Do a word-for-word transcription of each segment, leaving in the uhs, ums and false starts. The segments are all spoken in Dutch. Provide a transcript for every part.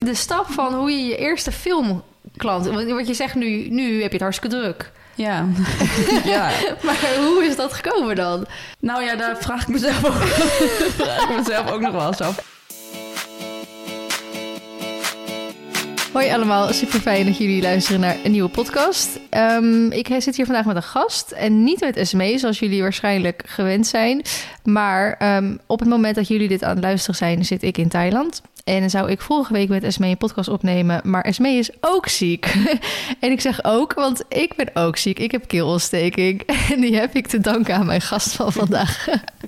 de stap van hoe je je eerste filmklant... Want je zegt nu, nu heb je het hartstikke druk. Ja. ja. Maar hoe is dat gekomen dan? Nou ja, daar vraag ik mezelf ook, vraag ik mezelf ook nog wel eens af. Hoi allemaal, super fijn dat jullie luisteren naar een nieuwe podcast. Um, ik zit hier vandaag met een gast en niet met Esmee, zoals jullie waarschijnlijk gewend zijn. Maar um, op het moment dat jullie dit aan het luisteren zijn, zit ik in Thailand. En dan zou ik vorige week met Esmee een podcast opnemen, maar Esmee is ook ziek. En ik zeg ook, want ik ben ook ziek. Ik heb keelontsteking en die heb ik te danken aan mijn gast van vandaag.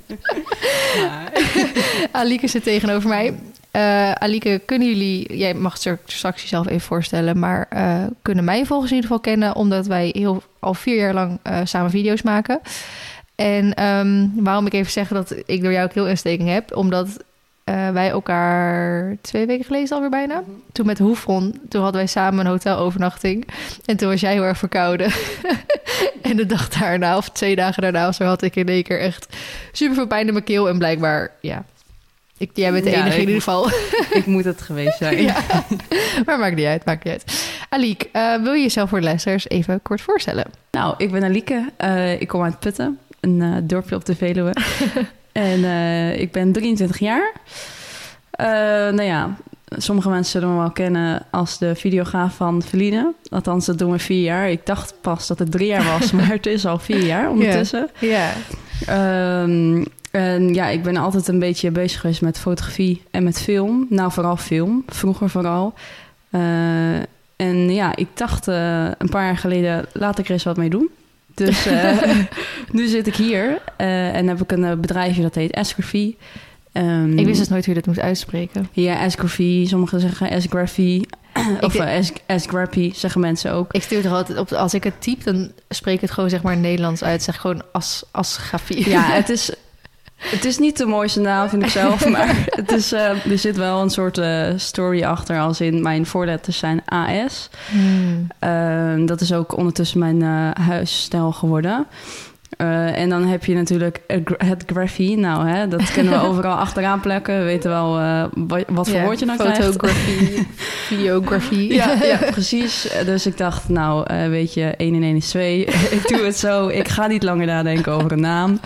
Ja. Alieke zit tegenover mij. Uh, Alieke, kunnen jullie... Jij mag het straks jezelf even voorstellen... maar uh, kunnen mij volgens in ieder geval kennen... omdat wij heel, al vier jaar lang uh, samen video's maken. En um, waarom ik even zeg dat ik door jou ook heel insteking heb... omdat uh, wij elkaar twee weken geleden alweer bijna... toen met Hoefron, toen hadden wij samen een hotelovernachting... en toen was jij heel erg verkouden. En de dag daarna, of twee dagen daarna... of zo had ik in één keer echt super veel pijn in mijn keel... en blijkbaar, ja... Ik, jij bent de enige ja, in ieder geval. Ik moet het geweest zijn. Ja. Maar maakt niet uit, maakt niet uit. Aliek, uh, wil je jezelf voor de luisteraars even kort voorstellen? Nou, ik ben Alieke. Uh, ik kom uit Putten, een uh, dorpje op de Veluwe. En uh, ik ben drieëntwintig jaar. Uh, nou ja, sommige mensen zullen me wel kennen als de videograaf van Feline. Althans, dat doen we vier jaar. Ik dacht pas dat het drie jaar was, maar het is al vier jaar ondertussen. Ja. Yeah. Um, En ja, ik ben altijd een beetje bezig geweest met fotografie en met film. Nou, vooral film. Vroeger vooral. Uh, en ja, ik dacht uh, een paar jaar geleden, laat ik er eens wat mee doen. Dus uh, nu zit ik hier uh, en heb ik een bedrijfje dat heet S-Graphy. Um, ik wist dus nooit hoe je dat moest uitspreken. Ja, S-Graphy. Sommigen zeggen S-Graphy. Of uh, S-Graphy zeggen mensen ook. Ik stuur er altijd op. Als ik het typ, dan spreek ik het gewoon zeg maar Nederlands uit. Zeg gewoon as-grafie. Ja, het is... Het is niet de mooiste naam, vind ik zelf, maar het is, uh, er zit wel een soort uh, story achter, als in mijn voorletters zijn A S. Hmm. Uh, dat is ook ondertussen mijn uh, huisstijl geworden. Uh, en dan heb je natuurlijk het graphy. Nou, hè, dat kunnen we overal achteraan plekken. We weten wel uh, wat, wat voor ja, woord je dan fotografie, krijgt. videografie. Ja, ja, precies. Dus ik dacht, nou, uh, weet je, één en één is twee. Ik doe het zo. Ik ga niet langer nadenken over een naam.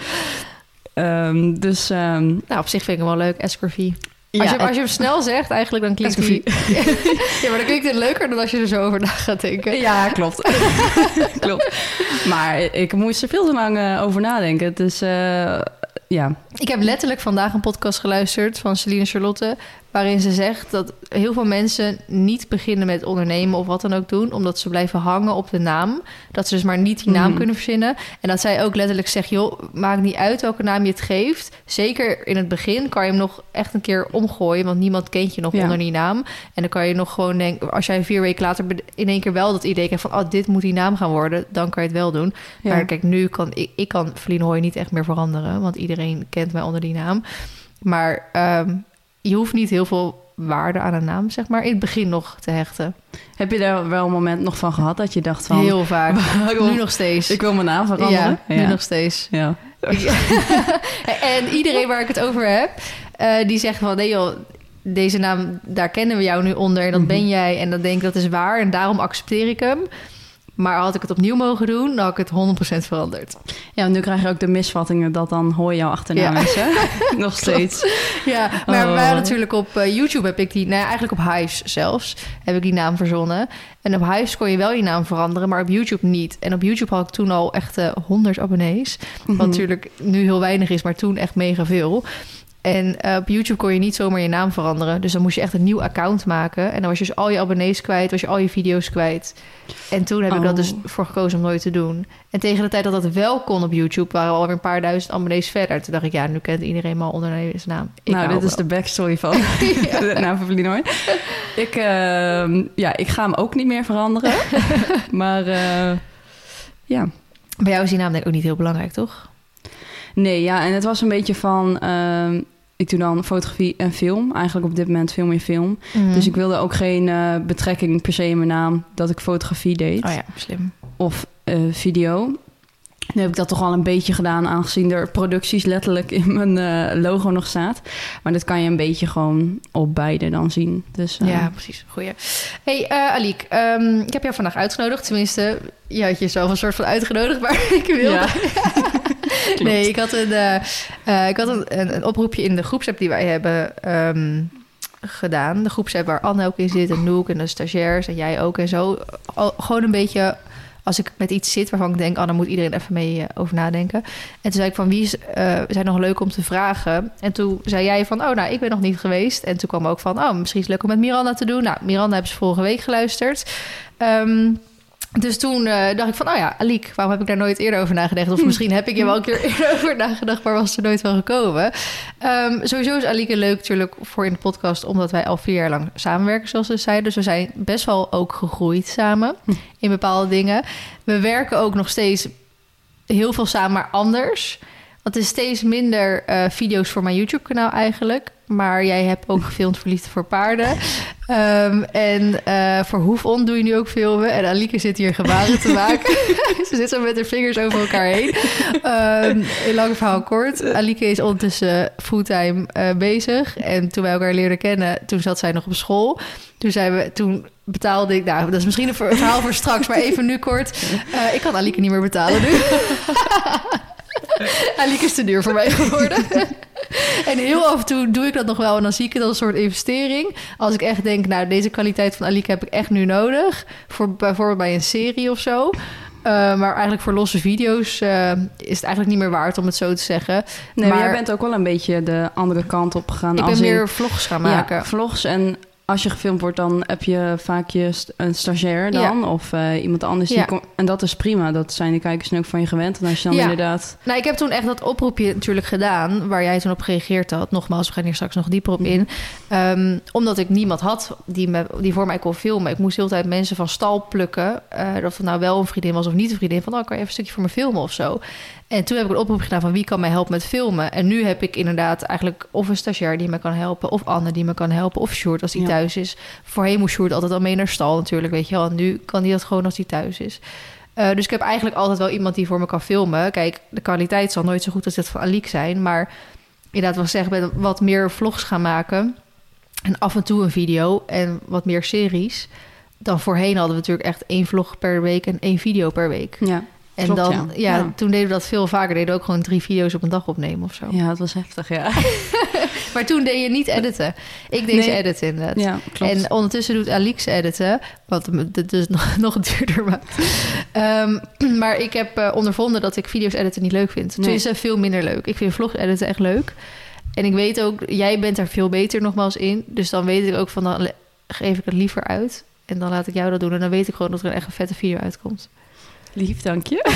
Um, dus... Um, nou, op zich vind ik hem wel leuk, S-Graphy. Ja, als, je, als je hem snel zegt, eigenlijk dan klinkt hij... Ja, maar dan klinkt het leuker dan als je er zo over na gaat denken. Ja, klopt. Klopt. Maar ik moest er veel te lang uh, over nadenken. Dus uh, ja. Ik heb letterlijk vandaag een podcast geluisterd van Celine Charlotte... waarin ze zegt dat heel veel mensen niet beginnen met ondernemen of wat dan ook doen... omdat ze blijven hangen op de naam. Dat ze dus maar niet die naam mm. kunnen verzinnen. En dat zij ook letterlijk zegt, joh, maakt niet uit welke naam je het geeft. Zeker in het begin kan je hem nog echt een keer omgooien... want niemand kent je nog ja. onder die naam. En dan kan je nog gewoon denken... als jij vier weken later in één keer wel dat idee krijgt van... oh, dit moet die naam gaan worden, dan kan je het wel doen. Ja. Maar kijk, nu kan ik, ik kan Feline Hooy niet echt meer veranderen... want iedereen kent mij onder die naam. Maar... Um, je hoeft niet heel veel waarde aan een naam, zeg maar, in het begin nog te hechten. Heb je daar wel een moment nog van gehad dat je dacht van... Heel vaak. Waarom? Nu nog steeds. Ik wil mijn naam veranderen. Ja, nu ja. nog steeds. Ja. En iedereen waar ik het over heb, uh, die zegt van... nee joh, deze naam, daar kennen we jou nu onder en dat mm-hmm. ben jij. En dan denk ik, dat is waar en daarom accepteer ik hem. Maar had ik het opnieuw mogen doen, dan had ik het honderd procent veranderd. Ja, want nu krijg je ook de misvattingen dat dan Hooy jouw achternaam ja. is, hè? Nog steeds. Ja, maar oh. wij natuurlijk op uh, YouTube heb ik die... Nou, eigenlijk op Hives zelfs heb ik die naam verzonnen. En op Hives kon je wel je naam veranderen, maar op YouTube niet. En op YouTube had ik toen al echt uh, honderd abonnees. Mm-hmm. Wat natuurlijk nu heel weinig is, maar toen echt mega veel. En uh, op YouTube kon je niet zomaar je naam veranderen. Dus dan moest je echt een nieuw account maken. En dan was je dus al je abonnees kwijt, was je al je video's kwijt. En toen heb oh. ik dat dus voor gekozen om nooit te doen. En tegen de tijd dat dat wel kon op YouTube... waren we alweer een paar duizend abonnees verder. Toen dacht ik, ja, nu kent iedereen maar ondernemersnaam. Ik nou, dit wel. Is de backstory van ja. de naam van Feline Hooy. Ik, uh, ja, ik ga hem ook niet meer veranderen. Maar uh, ja. Bij jou is die naam denk ik ook niet heel belangrijk, toch? Nee, ja, en het was een beetje van... Uh, ik doe dan fotografie en film. Eigenlijk op dit moment film en film. Mm. Dus ik wilde ook geen uh, betrekking per se in mijn naam... dat ik fotografie deed. Oh ja, slim. Of uh, video. Nu heb ik dat toch al een beetje gedaan, aangezien er producties letterlijk in mijn uh, logo nog staat. Maar dat kan je een beetje gewoon op beide dan zien. Dus, uh... Ja, precies. Goeie. Hey, uh, Aliek, um, ik heb jou vandaag uitgenodigd. Tenminste, je had jezelf een soort van uitgenodigd, maar ik wilde... Ja. nee, ik had, een, uh, uh, ik had een, een, een oproepje in de groepsapp die wij hebben um, gedaan. De groepsapp waar Anne ook in zit en Noek en de stagiairs en jij ook en zo. Al, gewoon een beetje... Als ik met iets zit waarvan ik denk... oh, dan moet iedereen even mee uh, over nadenken. En toen zei ik van, wie is, uh, zijn nog leuk om te vragen? En toen zei jij van, oh, nou, ik ben nog niet geweest. En toen kwam ook van, oh, misschien is het leuk om met Miranda te doen. Nou, Miranda hebben ze vorige week geluisterd. Um, dus toen uh, dacht ik van, oh ja, Aliek, waarom heb ik daar nooit eerder over nagedacht? Of misschien heb ik er wel een keer eerder over nagedacht... maar was er nooit van gekomen. Um, sowieso is Aliek leuk natuurlijk voor in de podcast... omdat wij al vier jaar lang samenwerken, zoals ze zeiden. Dus we zijn best wel ook gegroeid samen in bepaalde dingen. We werken ook nog steeds heel veel samen, maar anders. Want het is steeds minder uh, video's voor mijn YouTube-kanaal eigenlijk... Maar jij hebt ook gefilmd voor Liefde voor Paarden. Um, en uh, voor Hoefon doe je nu ook filmen. En Alieke zit hier gebaren te maken. Ze zit zo met haar vingers over elkaar heen. Um, een lang verhaal kort. Alieke is ondertussen fulltime uh, bezig. En toen wij elkaar leerden kennen, toen zat zij nog op school. Toen, zijn we, toen betaalde ik... Nou, dat is misschien een verhaal voor straks, maar even nu kort. Uh, ik kan Alieke niet meer betalen nu. Alieke is te duur voor mij geworden. En heel af en toe doe ik dat nog wel. En dan zie ik het als een soort investering. Als ik echt denk, nou, deze kwaliteit van Alieke heb ik echt nu nodig. Voor bijvoorbeeld bij een serie of zo. Uh, maar eigenlijk voor losse video's uh, is het eigenlijk niet meer waard om het zo te zeggen. Nee, maar jij bent ook wel een beetje de andere kant op gegaan. Ik ben als meer in, vlogs gaan maken. Ja, vlogs en... Als je gefilmd wordt, dan heb je vaak je st- een stagiair dan. Ja. Of uh, iemand anders. Die ja. kom- en dat is prima. Dat zijn de kijkers nu ook van je gewend. En als je dan ja. inderdaad... Nou, ik heb toen echt dat oproepje natuurlijk gedaan... waar jij toen op gereageerd had. Nogmaals, we gaan hier straks nog dieper op in. Um, omdat ik niemand had die, me, die voor mij kon filmen. Ik moest de hele tijd mensen van stal plukken. Uh, dat het nou wel een vriendin was of niet een vriendin. Van, oh, kan je even een stukje voor me filmen of zo? En toen heb ik een oproep gedaan van wie kan mij helpen met filmen. En nu heb ik inderdaad eigenlijk of een stagiair die me kan helpen... of Anne die me kan helpen, of Sjoerd als hij ja. thuis is. Voorheen moest Sjoerd altijd al mee naar stal natuurlijk, weet je wel. En nu kan hij dat gewoon als hij thuis is. Uh, dus ik heb eigenlijk altijd wel iemand die voor me kan filmen. Kijk, de kwaliteit zal nooit zo goed als dat van Aliek zijn. Maar inderdaad, wat ik zeg, ben wat meer vlogs gaan maken... en af en toe een video en wat meer series... dan voorheen hadden we natuurlijk echt één vlog per week... en één video per week. Ja. En Klopt, dan, ja. ja, Ja. toen deden we dat veel vaker. Deden we ook gewoon drie video's op een dag opnemen of zo. Ja, dat was heftig, ja. Maar toen deed je niet editen. Ik deed Nee. ze editen inderdaad. Ja, klopt. En ondertussen doet Aliek ze editen. Wat het dus nog, nog duurder maakt. Um, maar ik heb uh, ondervonden dat ik video's editen niet leuk vind. Nee. Toen is het veel minder leuk. Ik vind vlogs editen echt leuk. En ik weet ook, jij bent er veel beter nogmaals in. Dus dan weet ik ook van, dan geef ik het liever uit. En dan laat ik jou dat doen. En dan weet ik gewoon dat er een echt een vette video uitkomt. Lief, dank je.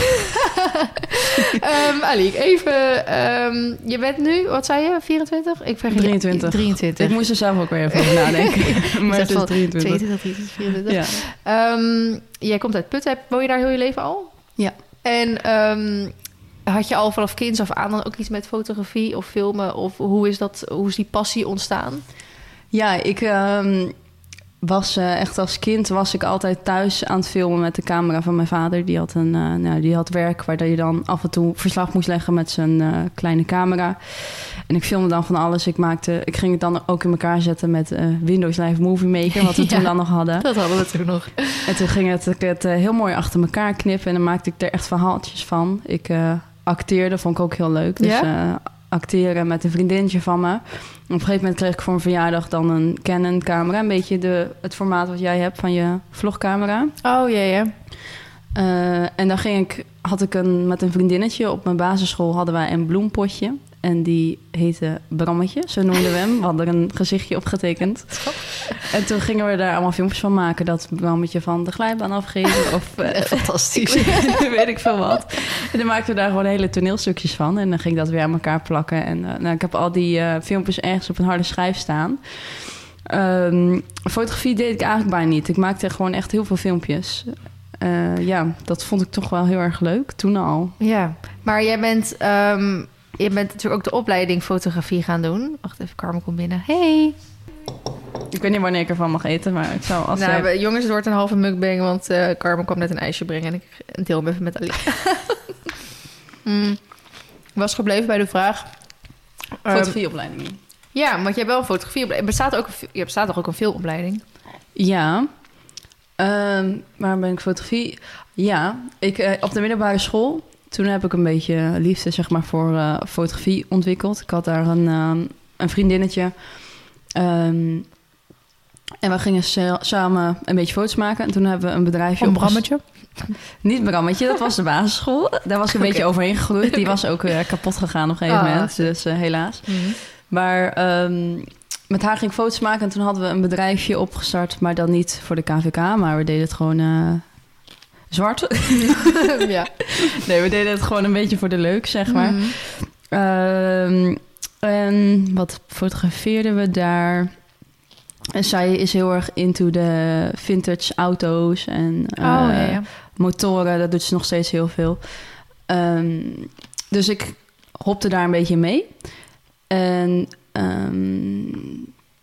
um, Aliek, even... Um, je bent nu, wat zei je, vierentwintig? Ik vergeet drieëntwintig. drieëntwintig. Ik moest er zelf ook weer even over nadenken. Maar het is drieëntwintig. tweeëntwintig, drieëntwintig, vierentwintig. Ja. Um, jij komt uit Putten. Woon je daar heel je leven al? Ja. En um, had je al vanaf kinds af aan dan ook iets met fotografie of filmen? Of hoe is, dat, hoe is die passie ontstaan? Ja, ik... Um... was uh, echt als kind was ik altijd thuis aan het filmen met de camera van mijn vader. Die had, een, uh, nou, die had werk waar je dan af en toe verslag moest leggen met zijn uh, kleine camera. En ik filmde dan van alles. Ik, maakte, ik ging het dan ook in elkaar zetten met uh, Windows Live Movie Maker, wat we ja, toen dan nog hadden. Dat hadden we toen nog. En toen ging het, ik het uh, heel mooi achter elkaar knippen en dan maakte ik er echt verhaaltjes van. Ik uh, acteerde, vond ik ook heel leuk. Dus ja? uh, acteren met een vriendinnetje van me. Op een gegeven moment kreeg ik voor mijn verjaardag dan een Canon camera. Een beetje de, het formaat wat jij hebt van je vlogcamera. Oh, ja, ja. Uh, en dan ging ik, had ik een, met een vriendinnetje op mijn basisschool hadden wij een bloempotje. En die heette Brammetje, zo noemden we hem. We hadden er een gezichtje op getekend. En toen gingen we daar allemaal filmpjes van maken. Dat Brammetje van de glijbaan afgeven. Of, uh, fantastisch. weet ik veel wat. En dan maakten we daar gewoon hele toneelstukjes van. En dan ging ik dat weer aan elkaar plakken. En uh, nou, ik heb al die uh, filmpjes ergens op een harde schijf staan. Um, fotografie deed ik eigenlijk bijna niet. Ik maakte gewoon echt heel veel filmpjes. Uh, ja, dat vond ik toch wel heel erg leuk. Toen al. Ja, maar jij bent... Um... Je bent natuurlijk ook de opleiding fotografie gaan doen. Wacht even, Carmen komt binnen. Hey! Ik weet niet wanneer ik ervan mag eten, maar ik zou als... Nou, jij... jongens, het wordt een halve mukbang, want uh, Carmen kwam net een ijsje brengen... en ik deel hem even met Aliek. Mm, ik was gebleven bij de vraag... Fotografieopleiding. Um, ja, want je hebt wel een fotografieopleiding. Bestaat ook een, je bestaat toch ook een filmopleiding? Ja. Um, waar ben ik fotografie? Ja, ik, uh, op de middelbare school... Toen heb ik een beetje liefde zeg maar, voor uh, fotografie ontwikkeld. Ik had daar een, um, een vriendinnetje... Um, en we gingen sa- samen een beetje foto's maken. En toen hebben we een bedrijfje... Een brammetje? Niet brammetje, dat was de basisschool. Daar was ik een okay. beetje overheen gegroeid. Die was ook uh, kapot gegaan op een gegeven oh. moment. Dus uh, helaas. Mm-hmm. Maar um, met haar ging ik foto's maken. En toen hadden we een bedrijfje opgestart. Maar dan niet voor de K V K. Maar we deden het gewoon uh, zwart. Ja. Nee, we deden het gewoon een beetje voor de leuk, zeg maar. Mm-hmm. Um, en wat fotografeerden we daar... En zij is heel erg into de vintage auto's en uh, oh, ja, ja. motoren. Dat doet ze nog steeds heel veel. Um, dus ik hopte daar een beetje mee. En um,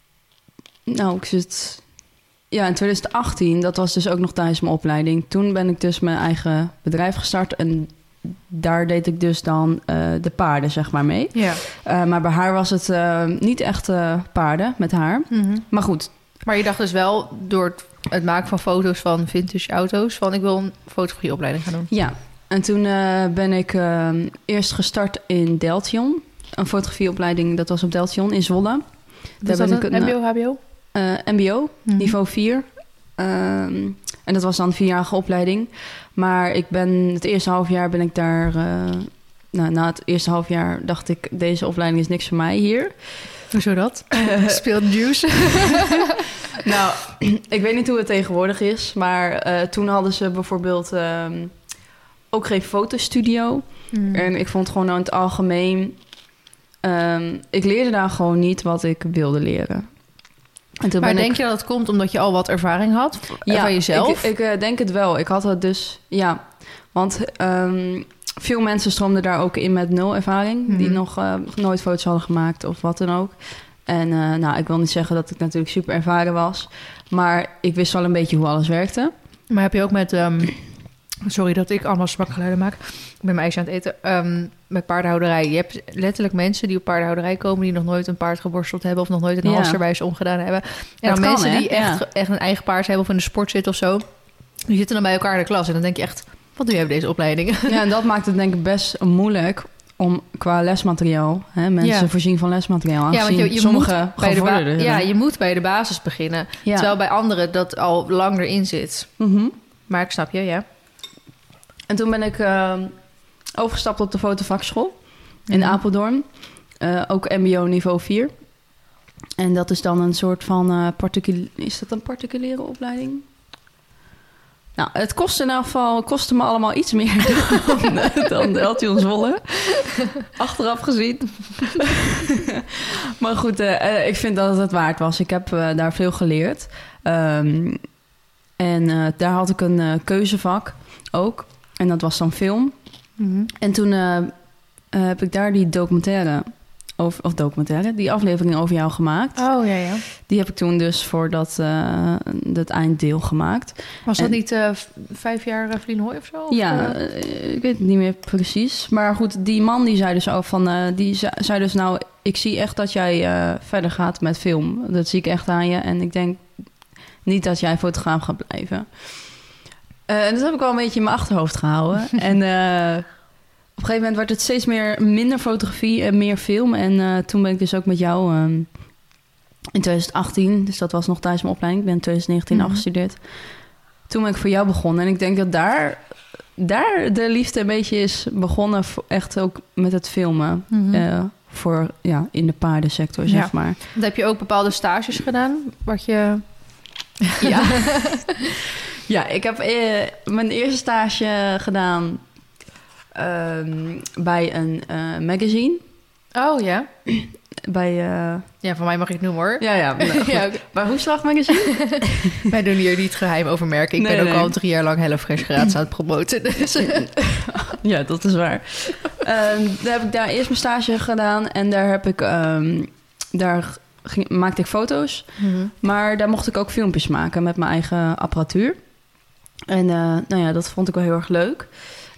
nou, ik zit... Ja, in twintig achttien, dat was dus ook nog tijdens mijn opleiding. Toen ben ik dus mijn eigen bedrijf gestart en... Daar deed ik dus dan uh, de paarden, zeg maar, mee. Ja. Uh, maar bij haar was het uh, niet echt uh, paarden met haar. Mm-hmm. Maar goed. Maar je dacht dus wel door het, het maken van foto's van vintage auto's... van ik wil een fotografieopleiding gaan doen. Ja, en toen uh, ben ik uh, eerst gestart in Deltion. Een fotografieopleiding, dat was op Deltion in Zwolle. Daar ben ik M B O, H B O? Uh, M B O, mm-hmm. niveau vier. Um, en dat was dan een vierjarige opleiding. Maar ik ben het eerste half jaar ben ik daar... Uh, nou, na het eerste half jaar dacht ik... deze opleiding is niks voor mij hier. Hoezo dat? Uh, Speelt juice. Nou, ik weet niet hoe het tegenwoordig is. Maar uh, toen hadden ze bijvoorbeeld... Uh, ook geen fotostudio. Mm. En ik vond gewoon in het algemeen... Um, ik leerde daar gewoon niet wat ik wilde leren. En toen maar ben denk ik... je dat het komt omdat je al wat ervaring had ja, van jezelf? Ik, ik uh, denk het wel. Ik had het dus, ja. Want um, veel mensen stroomden daar ook in met nul ervaring. Hmm. Die nog uh, nooit foto's hadden gemaakt of wat dan ook. En uh, nou, ik wil niet zeggen dat ik natuurlijk super ervaren was. Maar ik wist wel een beetje hoe alles werkte. Maar heb je ook met... Um, sorry dat ik allemaal smakgeluiden maak. Ik ben mijn ijsje aan het eten. Um, met paardenhouderij. Je hebt letterlijk mensen die op paardenhouderij komen... die nog nooit een paard geborsteld hebben... of nog nooit een ja. hals erbij is omgedaan hebben. En dan kan, mensen hè? die echt, ja. echt een eigen paard hebben... of in de sport zitten of zo... die zitten dan bij elkaar in de klas. En dan denk je echt... wat doe jij op deze opleiding? Ja, en dat maakt het denk ik best moeilijk... om qua lesmateriaal... Hè, mensen ja. voorzien van lesmateriaal... ja, want je, je sommige moet bij de ba- ja, je moet bij de basis beginnen. Ja. Terwijl bij anderen dat al lang erin zit. Mm-hmm. Maar ik snap je, ja. En toen ben ik uh, overgestapt op de fotovakschool in mm-hmm. Apeldoorn. Uh, ook M B O niveau vier. En dat is dan een soort van... Uh, particulier, is dat een particuliere opleiding? Nou, het kostte in elk geval kostte me allemaal iets meer dan, dan Deltion Zwolle. Achteraf gezien. Maar goed, uh, ik vind dat het het waard was. Ik heb uh, daar veel geleerd. Um, en uh, daar had ik een uh, keuzevak ook. En dat was dan film. Mm-hmm. En toen uh, uh, heb ik daar die documentaire... Over, of documentaire, die aflevering over jou gemaakt. Oh, ja, ja. Die heb ik toen dus voor dat, uh, dat einddeel gemaakt. Was dat en, niet uh, vijf jaar uh, Vlien Hoy of zo? Of, ja, uh, ik weet het niet meer precies. Maar goed, die man die zei dus ook van... Uh, die zei, zei dus nou, ik zie echt dat jij uh, verder gaat met film. Dat zie ik echt aan je. En ik denk niet dat jij fotograaf gaat blijven. Uh, en dat heb ik wel een beetje in mijn achterhoofd gehouden. en... Uh, Op een gegeven moment werd het steeds meer minder fotografie en meer film. En uh, toen ben ik dus ook met jou um, in twintig achttien... dus dat was nog tijdens mijn opleiding. Ik ben in twintig negentien mm-hmm. afgestudeerd. Toen ben ik voor jou begonnen. En ik denk dat daar, daar de liefde een beetje is begonnen... Voor echt ook met het filmen. Mm-hmm. Uh, voor, ja, in de paardensector, zeg ja. maar. Dan heb je ook bepaalde stages gedaan? Wat je... Ja. ja, ik heb uh, mijn eerste stage gedaan... Um, bij een uh, magazine. Oh, ja. Bij... Uh... Ja, van mij mag ik het noemen, hoor. Ja, ja. Nou, ja okay. Bij Hoeslag Magazine. Wij doen hier niet geheim over merken. Ik nee, ben ook nee. al drie jaar lang HelloFresh gratis aan het promoten. Dus. Ja, dat is waar. Um, daar heb ik daar eerst mijn stage gedaan. En daar heb ik... Um, daar ging, maakte ik foto's. Mm-hmm. Maar daar mocht ik ook filmpjes maken met mijn eigen apparatuur. En uh, nou ja, dat vond ik wel heel erg leuk.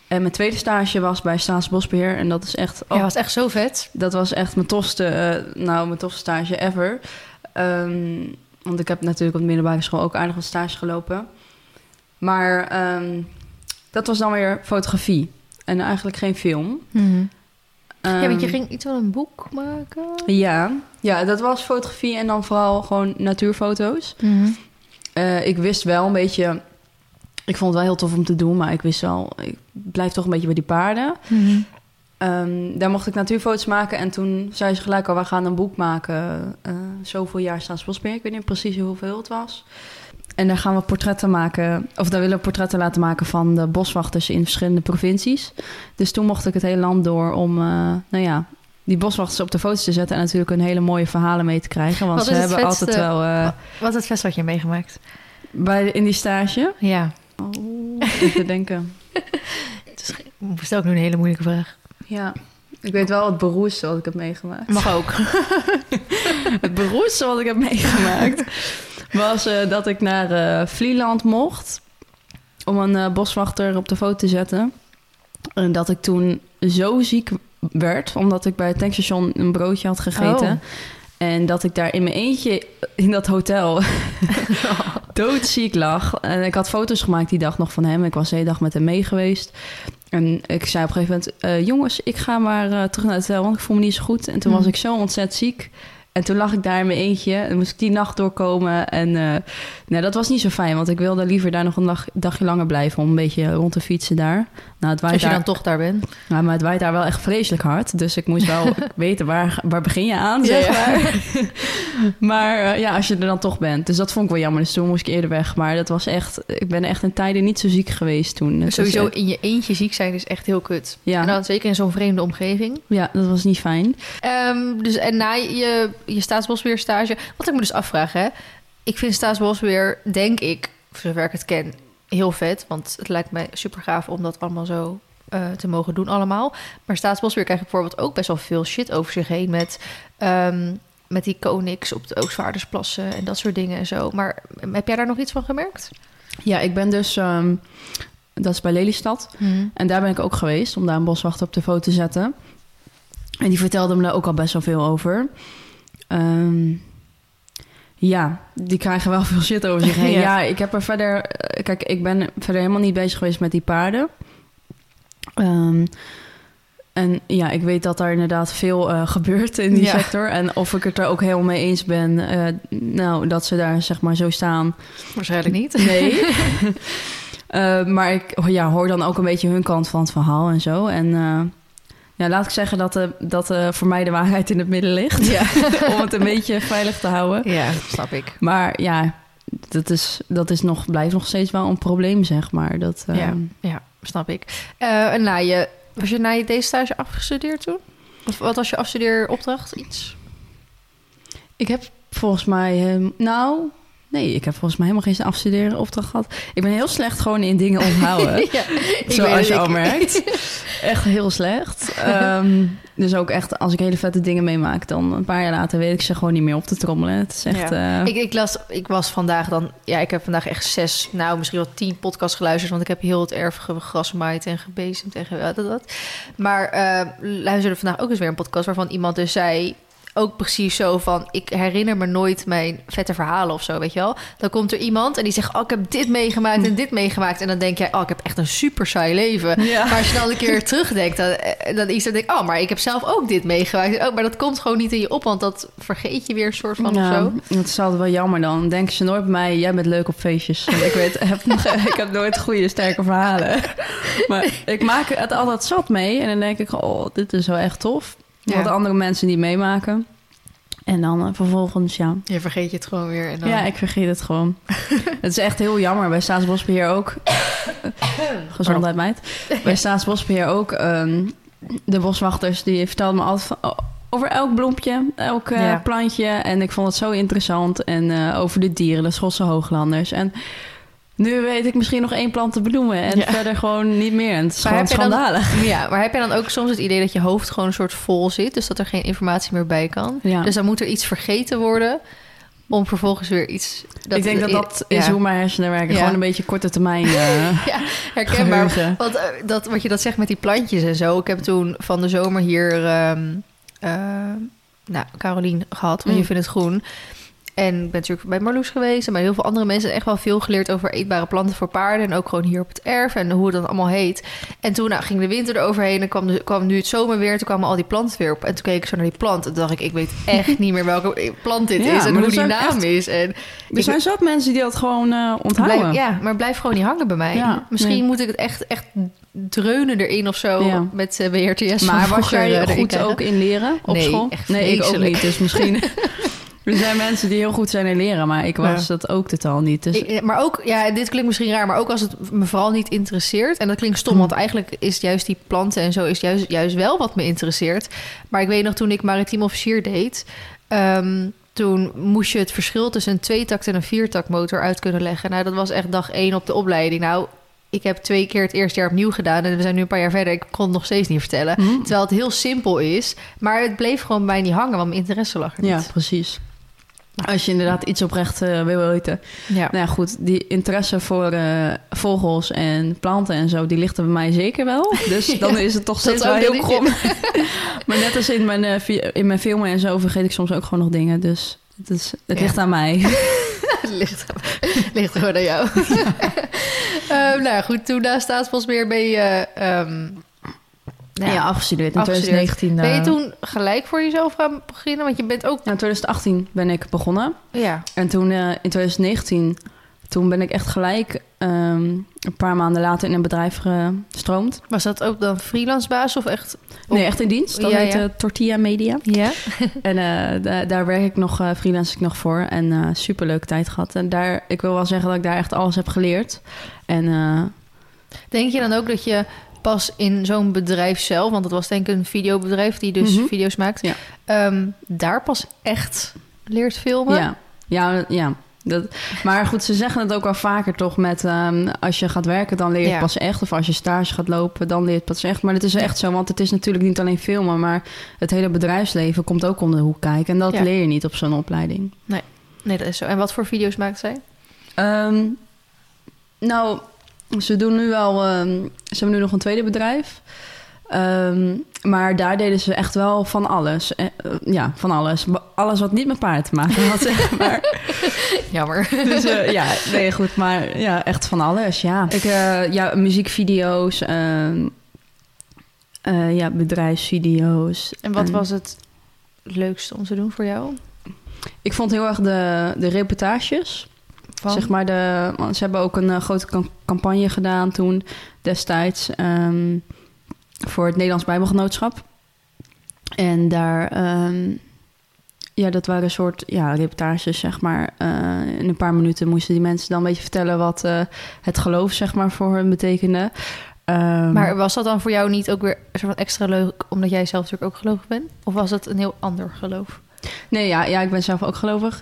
En mijn tweede stage was bij Staatsbosbeheer. En dat is echt... Oh, ja, was echt zo vet. Dat was echt mijn tofste, uh, nou, mijn tofste stage ever. Um, want ik heb natuurlijk op de middelbare school ook aardig wat stage gelopen. Maar um, dat was dan weer fotografie. En eigenlijk geen film. Mm-hmm. Um, ja, want je ging iets van een boek maken? Ja, ja, dat was fotografie en dan vooral gewoon natuurfoto's. Mm-hmm. Uh, ik wist wel een beetje... Ik vond het wel heel tof om te doen, maar ik wist wel... Ik blijf toch een beetje bij die paarden. Mm-hmm. Um, daar mocht ik natuurfoto's maken. En toen zei ze gelijk al, we gaan een boek maken. Uh, zoveel jaar Staatsbosbeheer. Ik weet niet precies hoeveel het was. En daar gaan we portretten maken... Of daar willen we portretten laten maken van de boswachters in verschillende provincies. Dus toen mocht ik het hele land door om... Uh, nou ja, die boswachters op de foto's te zetten... en natuurlijk een hele mooie verhalen mee te krijgen. Want wat ze hebben vetste, altijd wel... Uh, wat is het best wat je meegemaakt? Bij, in die stage? Ja. Oh, even denken. Ik stel ook nu een hele moeilijke vraag. Ja, ik weet wel het beroeste wat ik heb meegemaakt. Mag ook. Het beroeste wat ik heb meegemaakt... was uh, dat ik naar uh, Vlieland mocht... om een uh, boswachter op de foto te zetten. En dat ik toen zo ziek werd... omdat ik bij het tankstation een broodje had gegeten... Oh. En dat ik daar in mijn eentje in dat hotel doodziek lag. En ik had foto's gemaakt die dag nog van hem. Ik was de hele dag met hem mee geweest. En ik zei op een gegeven moment... Uh, jongens, ik ga maar uh, terug naar het hotel, want ik voel me niet zo goed. En toen mm. was ik zo ontzettend ziek... En toen lag ik daar in mijn eentje. En moest ik die nacht doorkomen. En uh, nou, dat was niet zo fijn. Want ik wilde liever daar nog een dag, dagje langer blijven. Om een beetje rond te fietsen daar. Nou, het waait Als je daar, dan toch daar bent. Nou, maar het waait daar wel echt vreselijk hard. Dus ik moest wel weten waar, waar begin je aan, zeg maar. Ja, ja. Maar uh, ja, als je er dan toch bent. Dus dat vond ik wel jammer. Dus toen moest ik eerder weg. Maar dat was echt... Ik ben echt een tijden niet zo ziek geweest toen. Dus sowieso echt, in je eentje ziek zijn is echt heel kut. Ja. En dan zeker in zo'n vreemde omgeving. Ja, dat was niet fijn. Um, dus en na je, je Staatsbosbeheer stage... Wat ik me dus afvraag, hè. Ik vind Staatsbosbeheer, denk ik, zover ik het ken, heel vet. Want het lijkt mij super gaaf om dat allemaal zo uh, te mogen doen allemaal. Maar Staatsbosbeheer krijgt bijvoorbeeld ook best wel veel shit over zich heen... met, um, met die konings op de Oostvaardersplassen en dat soort dingen en zo. Maar heb jij daar nog iets van gemerkt? Ja, ik ben dus... Um, dat is bij Lelystad. Mm. En daar ben ik ook geweest om daar een boswachter op de foto te zetten. En die vertelde me daar ook al best wel veel over... Um, ja, die krijgen wel veel shit over zich heen. Ja. ja, ik heb er verder... Kijk, ik ben verder helemaal niet bezig geweest met die paarden. Um, en ja, ik weet dat daar inderdaad veel uh, gebeurt in die ja. sector. En of ik het er ook helemaal mee eens ben... Uh, nou, dat ze daar zeg maar zo staan... Waarschijnlijk niet. Nee. uh, maar ik ja, hoor dan ook een beetje hun kant van het verhaal en zo. En... Uh, Ja, laat ik zeggen dat, uh, dat uh, voor mij de waarheid in het midden ligt. Ja. Om het een beetje veilig te houden. Ja, snap ik. Maar ja, dat, is, dat is nog, blijft nog steeds wel een probleem, zeg maar. Dat, uh... ja, ja, snap ik. Uh, en na je, was je na je deze stage afgestudeerd toen? Of wat was je afstudeeropdracht? Iets? Ik heb volgens mij... Uh, nou... Nee, ik heb volgens mij helemaal geen afstuderen opdracht gehad. Ik ben heel slecht gewoon in dingen onthouden. Ja, zoals je al merkt. Echt heel slecht. Um, dus ook echt, als ik hele vette dingen meemaak... dan een paar jaar later weet ik ze gewoon niet meer op te trommelen. Het is echt... Ja. Uh... Ik, ik, las, ik was vandaag dan... Ja, ik heb vandaag echt zes, nou misschien wel tien podcasts geluisterd... want ik heb heel het erf gegrasmaaid en gebezemd en ge, dat, dat. Maar uh, luisterde vandaag ook eens weer een podcast... waarvan iemand dus zei... ook precies zo van, ik herinner me nooit mijn vette verhalen of zo, weet je wel. Dan komt er iemand en die zegt, oh, ik heb dit meegemaakt en dit meegemaakt. En dan denk jij, oh, ik heb echt een super saai leven. Ja. Maar als je dan een keer terugdenkt, dan, dan is dat denk ik, oh, maar ik heb zelf ook dit meegemaakt. Oh, maar dat komt gewoon niet in je op, want dat vergeet je weer een soort van ja, of zo. Dat is altijd wel jammer dan. Dan denken ze nooit bij mij, jij bent leuk op feestjes. Want ik weet, heb, ik heb nooit goede, sterke verhalen. Maar ik maak het altijd zat mee en dan denk ik, oh, dit is wel echt tof. Ja. Wat andere mensen niet meemaken. En dan uh, vervolgens, ja... Je vergeet je het gewoon weer. En dan... Ja, ik vergeet het gewoon. Het is echt heel jammer. Bij Staatsbosbeheer ook... Gezondheid, meid. Bij Staatsbosbeheer ook... Um, de boswachters, die vertelden me altijd van... Oh, over elk bloempje, elk uh, ja. plantje. En ik vond het zo interessant. En uh, over de dieren, de Schosse hooglanders. En... Nu weet ik misschien nog één plant te benoemen en ja. verder gewoon niet meer. En het is maar gewoon schandalig. Dan, ja, maar heb je dan ook soms het idee dat je hoofd gewoon een soort vol zit... dus dat er geen informatie meer bij kan? Ja. Dus dan moet er iets vergeten worden... om vervolgens weer iets... Dat, ik denk dat dat ja. is hoe mijn hersenen werken. Ja. Gewoon een beetje korte termijn uh, ja, herkenbaar. Want uh, dat, wat je dat zegt met die plantjes en zo. Ik heb toen van de zomer hier... Um, uh, nou, Carolien gehad, want mm. je vindt het groen. En ik ben natuurlijk bij Marloes geweest... en bij heel veel andere mensen echt wel veel geleerd... over eetbare planten voor paarden... en ook gewoon hier op het erf en hoe het dan allemaal heet. En toen nou, ging de winter eroverheen... en kwam, de, kwam nu het zomerweer... toen kwamen al die planten weer op. En toen keek ik zo naar die plant... en toen dacht ik, ik weet echt niet meer welke plant dit ja, is... en hoe die naam echt, is. En er zijn zo mensen die dat gewoon uh, onthouden. Blijf, ja, maar blijf gewoon niet hangen bij mij. Ja, Misschien nee. moet ik het echt, echt dreunen erin of zo... Ja. met uh, B R T S. Maar was jij er goed ook in leren op nee, school? Echt nee, ik ook niet, dus misschien... Er zijn mensen die heel goed zijn in leren, maar ik was ja. dat ook totaal niet. Dus... Ik, maar ook, ja, dit klinkt misschien raar, maar ook als het me vooral niet interesseert. En dat klinkt stom, want eigenlijk is juist die planten en zo is juist, juist wel wat me interesseert. Maar ik weet nog, toen ik maritiem officier deed, um, toen moest je het verschil tussen een tweetakt en een viertaktmotor uit kunnen leggen. Nou, dat was echt dag één op de opleiding. Nou, ik heb twee keer het eerste jaar opnieuw gedaan... en we zijn nu een paar jaar verder. Ik kon het nog steeds niet vertellen. Mm. Terwijl het heel simpel is. Maar het bleef gewoon bij mij niet hangen, want mijn interesse lag er niet. Ja, precies. Als je inderdaad iets oprecht uh, wil weten. Ja. Nou ja, goed, die interesse voor uh, vogels en planten en zo... die ligt er bij mij zeker wel. Dus dan ja, is het toch steeds wel heel krom. Maar net als in mijn, uh, in mijn filmen en zo... vergeet ik soms ook gewoon nog dingen. Dus het, is, het ja. ligt aan mij. Het ligt, ligt gewoon aan jou. Ja. um, nou goed, toen na Staatsbosbeheer ben je... Um, Nou ja, afgestudeerd in twintig negentien. Ben je toen gelijk voor jezelf gaan beginnen? Want je bent ook... Ja, in twintig achttien ben ik begonnen. Ja. En toen uh, in twintig negentien... toen ben ik echt gelijk um, een paar maanden later in een bedrijf gestroomd. Was dat ook dan freelance basis of echt... Op... Nee, echt in dienst. Dat ja, heet ja. uh, Tortilla Media. Ja. En uh, da- daar werk ik nog, uh, freelance ik nog voor. En uh, superleuke tijd gehad. En daar, ik wil wel zeggen dat ik daar echt alles heb geleerd. En... Uh, denk je dan ook dat je... pas in zo'n bedrijf zelf, want dat was denk ik een videobedrijf die dus mm-hmm. video's maakt, ja. um, daar pas echt leert filmen? Ja, ja, ja. Dat, maar goed, ze zeggen het ook wel vaker toch met... Um, als je gaat werken, dan leer je ja. het pas echt. Of als je stage gaat lopen, dan leer je het pas echt. Maar het is echt zo, want het is natuurlijk niet alleen filmen... maar het hele bedrijfsleven komt ook om de hoek kijken. En dat ja. leer je niet op zo'n opleiding. Nee. nee, dat is zo. En wat voor video's maakt zij? Um, nou... Ze doen nu wel... Um, ze hebben nu nog een tweede bedrijf. Um, maar daar deden ze echt wel van alles. Uh, ja, van alles. Alles wat niet met paarden te maken had, zeg maar. Jammer. Dus uh, ja, nee, goed. Maar ja, echt van alles, ja. Ik, uh, ja, muziekvideo's. Uh, uh, ja, bedrijfsvideo's. En wat en... was het leukste om te doen voor jou? Ik vond heel erg de, de reportages... Van? Zeg maar de, ze hebben ook een uh, grote campagne gedaan toen destijds um, voor het Nederlands Bijbelgenootschap. En daar, um, ja, dat waren een soort ja, reportages, zeg maar. Uh, in een paar minuten moesten die mensen dan een beetje vertellen wat uh, het geloof, zeg maar, voor hen betekende. Um, maar was dat dan voor jou niet ook weer een soort extra leuk, omdat jij zelf natuurlijk ook gelovig bent? Of was het een heel ander geloof? Nee, ja, ja ik ben zelf ook gelovig.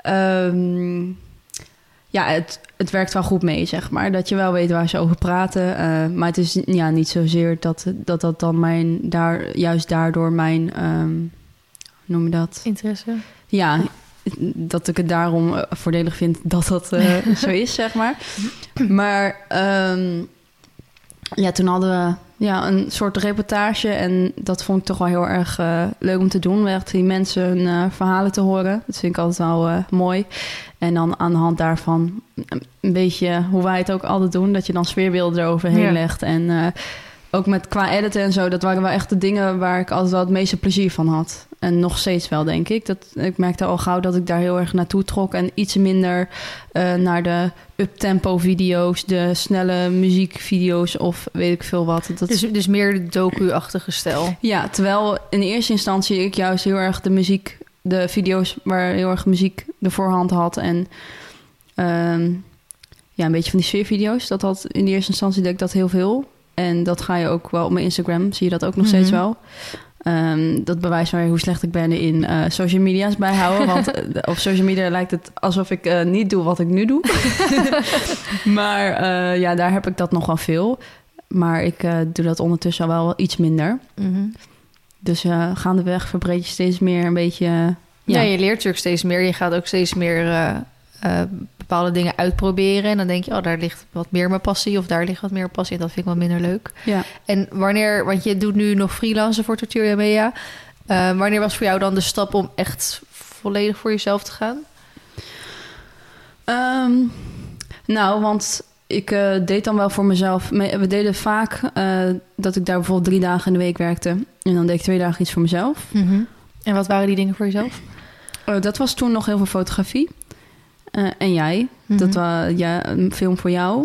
Um, Ja, het, het werkt wel goed mee, zeg maar. Dat je wel weet waar ze over praten. Uh, maar het is ja, niet zozeer dat, dat dat dan mijn... Daar, juist daardoor mijn... Um, hoe noem je dat? Interesse. Ja, dat ik het daarom voordelig vind dat dat uh, zo is, zeg maar. Maar um, ja, toen hadden we ja, een soort reportage... en dat vond ik toch wel heel erg uh, leuk om te doen. Echt die mensen hun uh, verhalen te horen. Dat vind ik altijd wel uh, mooi. En dan aan de hand daarvan een beetje hoe wij het ook altijd doen... dat je dan sfeerbeelden eroverheen ja. legt. En uh, ook met qua editen en zo... dat waren wel echt de dingen waar ik altijd wel het meeste plezier van had. En nog steeds wel, denk ik. Dat, ik merkte al gauw dat ik daar heel erg naartoe trok... en iets minder uh, naar de uptempo video's... de snelle muziekvideo's of weet ik veel wat. Dat... Dus, dus meer de docu-achtige stijl. Ja, terwijl in eerste instantie ik juist heel erg de muziek... de video's waar heel erg muziek de voorhand had... en um, ja, een beetje van die sfeervideo's. Dat had in de eerste instantie deed ik dat heel veel. En dat ga je ook wel op mijn Instagram, zie je dat ook nog mm-hmm. steeds wel. Um, dat bewijst maar hoe slecht ik ben in uh, social media's bijhouden. Want uh, op social media lijkt het alsof ik uh, niet doe wat ik nu doe. Maar uh, ja, daar heb ik dat nog wel veel. Maar ik uh, doe dat ondertussen al wel iets minder. Mm-hmm. Dus uh, gaandeweg verbreed je steeds meer een beetje Ja. ja, je leert natuurlijk steeds meer. Je gaat ook steeds meer uh, uh, bepaalde dingen uitproberen. En dan denk je, oh, daar ligt wat meer mijn passie. Of daar ligt wat meer passie. En dat vind ik wel minder leuk. Ja. En wanneer, want je doet nu nog freelancen voor Tortilla Mea. Uh, wanneer was voor jou dan de stap om echt volledig voor jezelf te gaan? Um, nou, want ik uh, deed dan wel voor mezelf. We deden vaak uh, dat ik daar bijvoorbeeld drie dagen in de week werkte. En dan deed ik twee dagen iets voor mezelf. Mm-hmm. En wat waren die dingen voor jezelf? Uh, dat was toen nog heel veel fotografie. Uh, en jij. Mm-hmm. Dat was ja, een film voor jou.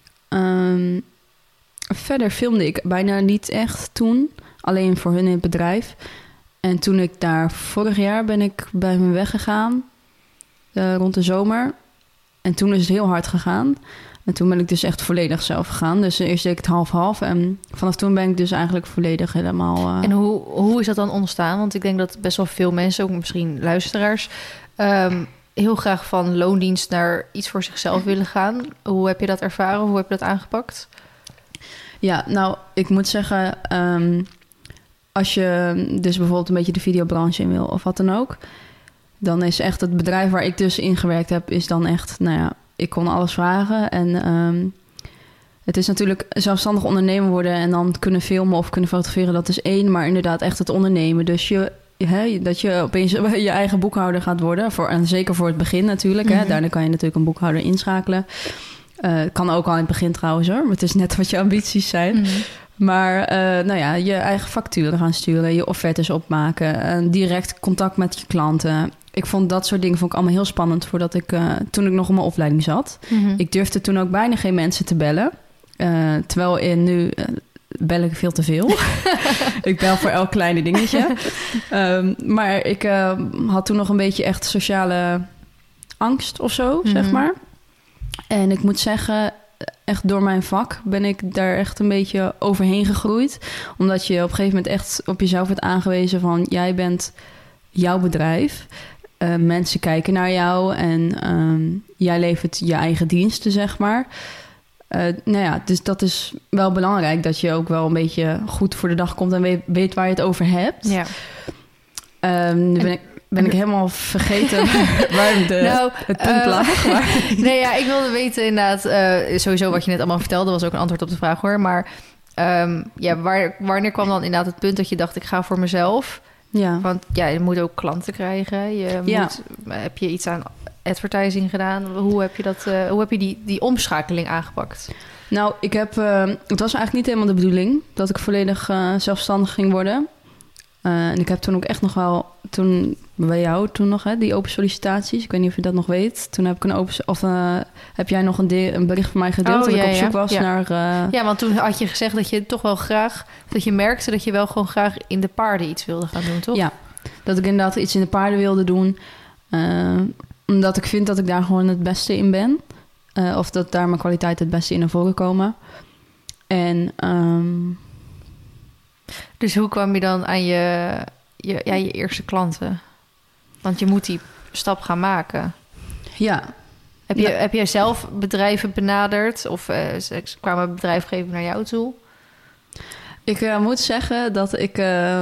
Um, verder filmde ik bijna niet echt toen. Alleen voor hun in het bedrijf. En toen ik daar vorig jaar ben ik bij me weggegaan. Uh, rond de zomer. En toen is het heel hard gegaan. En toen ben ik dus echt volledig zelf gegaan. Dus eerst deed ik het half-half. En vanaf toen ben ik dus eigenlijk volledig helemaal... Uh... En hoe, hoe is dat dan ontstaan? Want ik denk dat best wel veel mensen, ook misschien luisteraars... Um, heel graag van loondienst naar iets voor zichzelf willen gaan. Hoe heb je dat ervaren? Hoe heb je dat aangepakt? Ja, nou, ik moet zeggen... Um, als je dus bijvoorbeeld een beetje de videobranche in wil... of wat dan ook... dan is echt het bedrijf waar ik dus in gewerkt heb... is dan echt, nou ja... ik kon alles vragen en um, het is natuurlijk zelfstandig ondernemer worden... en dan kunnen filmen of kunnen fotograferen, dat is één. Maar inderdaad echt het ondernemen. Dus je, hè, dat je opeens je eigen boekhouder gaat worden. Voor, en zeker voor het begin natuurlijk. Mm-hmm. Hè. Daarna kan je natuurlijk een boekhouder inschakelen. Uh, kan ook al in het begin trouwens hoor. Maar het is net wat je ambities zijn. Mm-hmm. Maar uh, nou ja, je eigen facturen gaan sturen, je offertes opmaken... Uh, direct contact met je klanten... Ik vond dat soort dingen vond ik allemaal heel spannend... voordat ik, uh, toen ik nog op mijn opleiding zat. Mm-hmm. Ik durfde toen ook bijna geen mensen te bellen. Uh, terwijl in nu uh, bel ik veel te veel. Ik bel voor elk kleine dingetje. um, maar ik uh, had toen nog een beetje echt sociale angst of zo, mm-hmm. zeg maar. En ik moet zeggen... echt door mijn vak ben ik daar echt een beetje overheen gegroeid. Omdat je op een gegeven moment echt op jezelf wordt aangewezen van... jij bent jouw bedrijf... Uh, mensen kijken naar jou en um, jij levert je eigen diensten, zeg maar. Uh, nou ja, dus dat is wel belangrijk... dat je ook wel een beetje goed voor de dag komt... en weet, weet waar je het over hebt. Ja. Um, nu ben ik, ben ik helemaal vergeten waar de, nou, het punt uh, lag. Maar... nee, ja, ik wilde weten inderdaad... Uh, sowieso wat je net allemaal vertelde... was ook een antwoord op de vraag, hoor. Maar um, ja, waar, wanneer kwam dan inderdaad het punt... dat je dacht, ik ga voor mezelf... Ja. Want ja, je moet ook klanten krijgen. Je ja. moet, heb je iets aan advertising gedaan? Hoe heb je, dat, uh, hoe heb je die, die omschakeling aangepakt? Nou, ik heb, uh, het was eigenlijk niet helemaal de bedoeling... dat ik volledig uh, zelfstandig ging worden. Uh, en ik heb toen ook echt nog wel... toen bij jou toen nog, hè, die open sollicitaties. Ik weet niet of je dat nog weet. Toen heb ik een open... of uh, heb jij nog een, de- een bericht van mij gedeeld... Oh, dat ja, ik op zoek ja. was ja. naar... Uh... Ja, want toen had je gezegd dat je toch wel graag... dat je merkte dat je wel gewoon graag in de paarden iets wilde gaan doen, toch? Ja, dat ik inderdaad iets in de paarden wilde doen. Uh, omdat ik vind dat ik daar gewoon het beste in ben. Uh, of dat daar mijn kwaliteit het beste in naar voren komen. En... Um... Dus hoe kwam je dan aan je, je, ja, je eerste klanten? Want je moet die stap gaan maken. Ja. Heb je, ja. heb jij zelf bedrijven benaderd? Of uh, kwamen bedrijfsgevers naar jou toe? Ik uh, moet zeggen dat ik uh,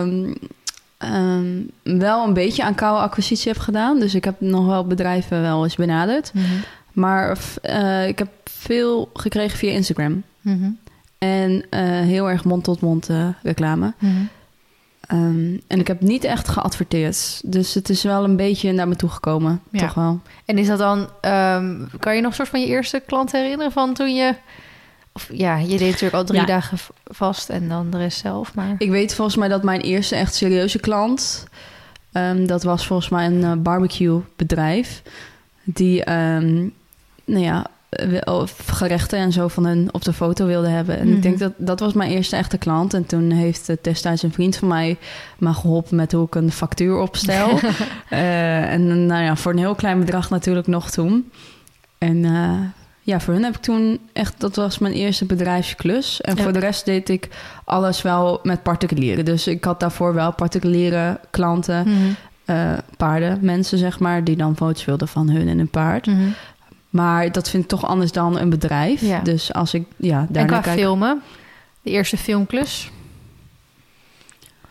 um, wel een beetje aan koude acquisitie heb gedaan. Dus ik heb nog wel bedrijven wel eens benaderd. Mm-hmm. Maar uh, ik heb veel gekregen via Instagram. Mm-hmm. En uh, heel erg mond-tot-mond uh, reclame. Mm-hmm. Um, en ik heb niet echt geadverteerd. Dus het is wel een beetje naar me toe gekomen. Ja. Toch wel. En is dat dan... Um, kan je nog een soort van je eerste klant herinneren van toen je... Of ja, je deed natuurlijk al drie ja. dagen vast en dan de rest zelf. Maar... Ik weet volgens mij dat mijn eerste echt serieuze klant... Um, dat was volgens mij een uh, barbecue bedrijf. Die, um, nou ja... gerechten en zo van hun op de foto wilde hebben. En mm-hmm. ik denk dat dat was mijn eerste echte klant. En toen heeft uh, destijds een vriend van mij me geholpen met hoe ik een factuur opstel. uh, en nou ja, voor een heel klein bedrag natuurlijk nog toen. En uh, ja, voor hun heb ik toen echt... dat was mijn eerste bedrijfsklus. En ja. voor de rest deed ik alles wel met particulieren. Dus ik had daarvoor wel particuliere klanten... Mm-hmm. Uh, paarden, mensen zeg maar... die dan foto's wilden van hun en hun paard... Mm-hmm. Maar dat vind ik toch anders dan een bedrijf. Ja. Dus als ik ja, daar en qua kijk... filmen? De eerste filmklus?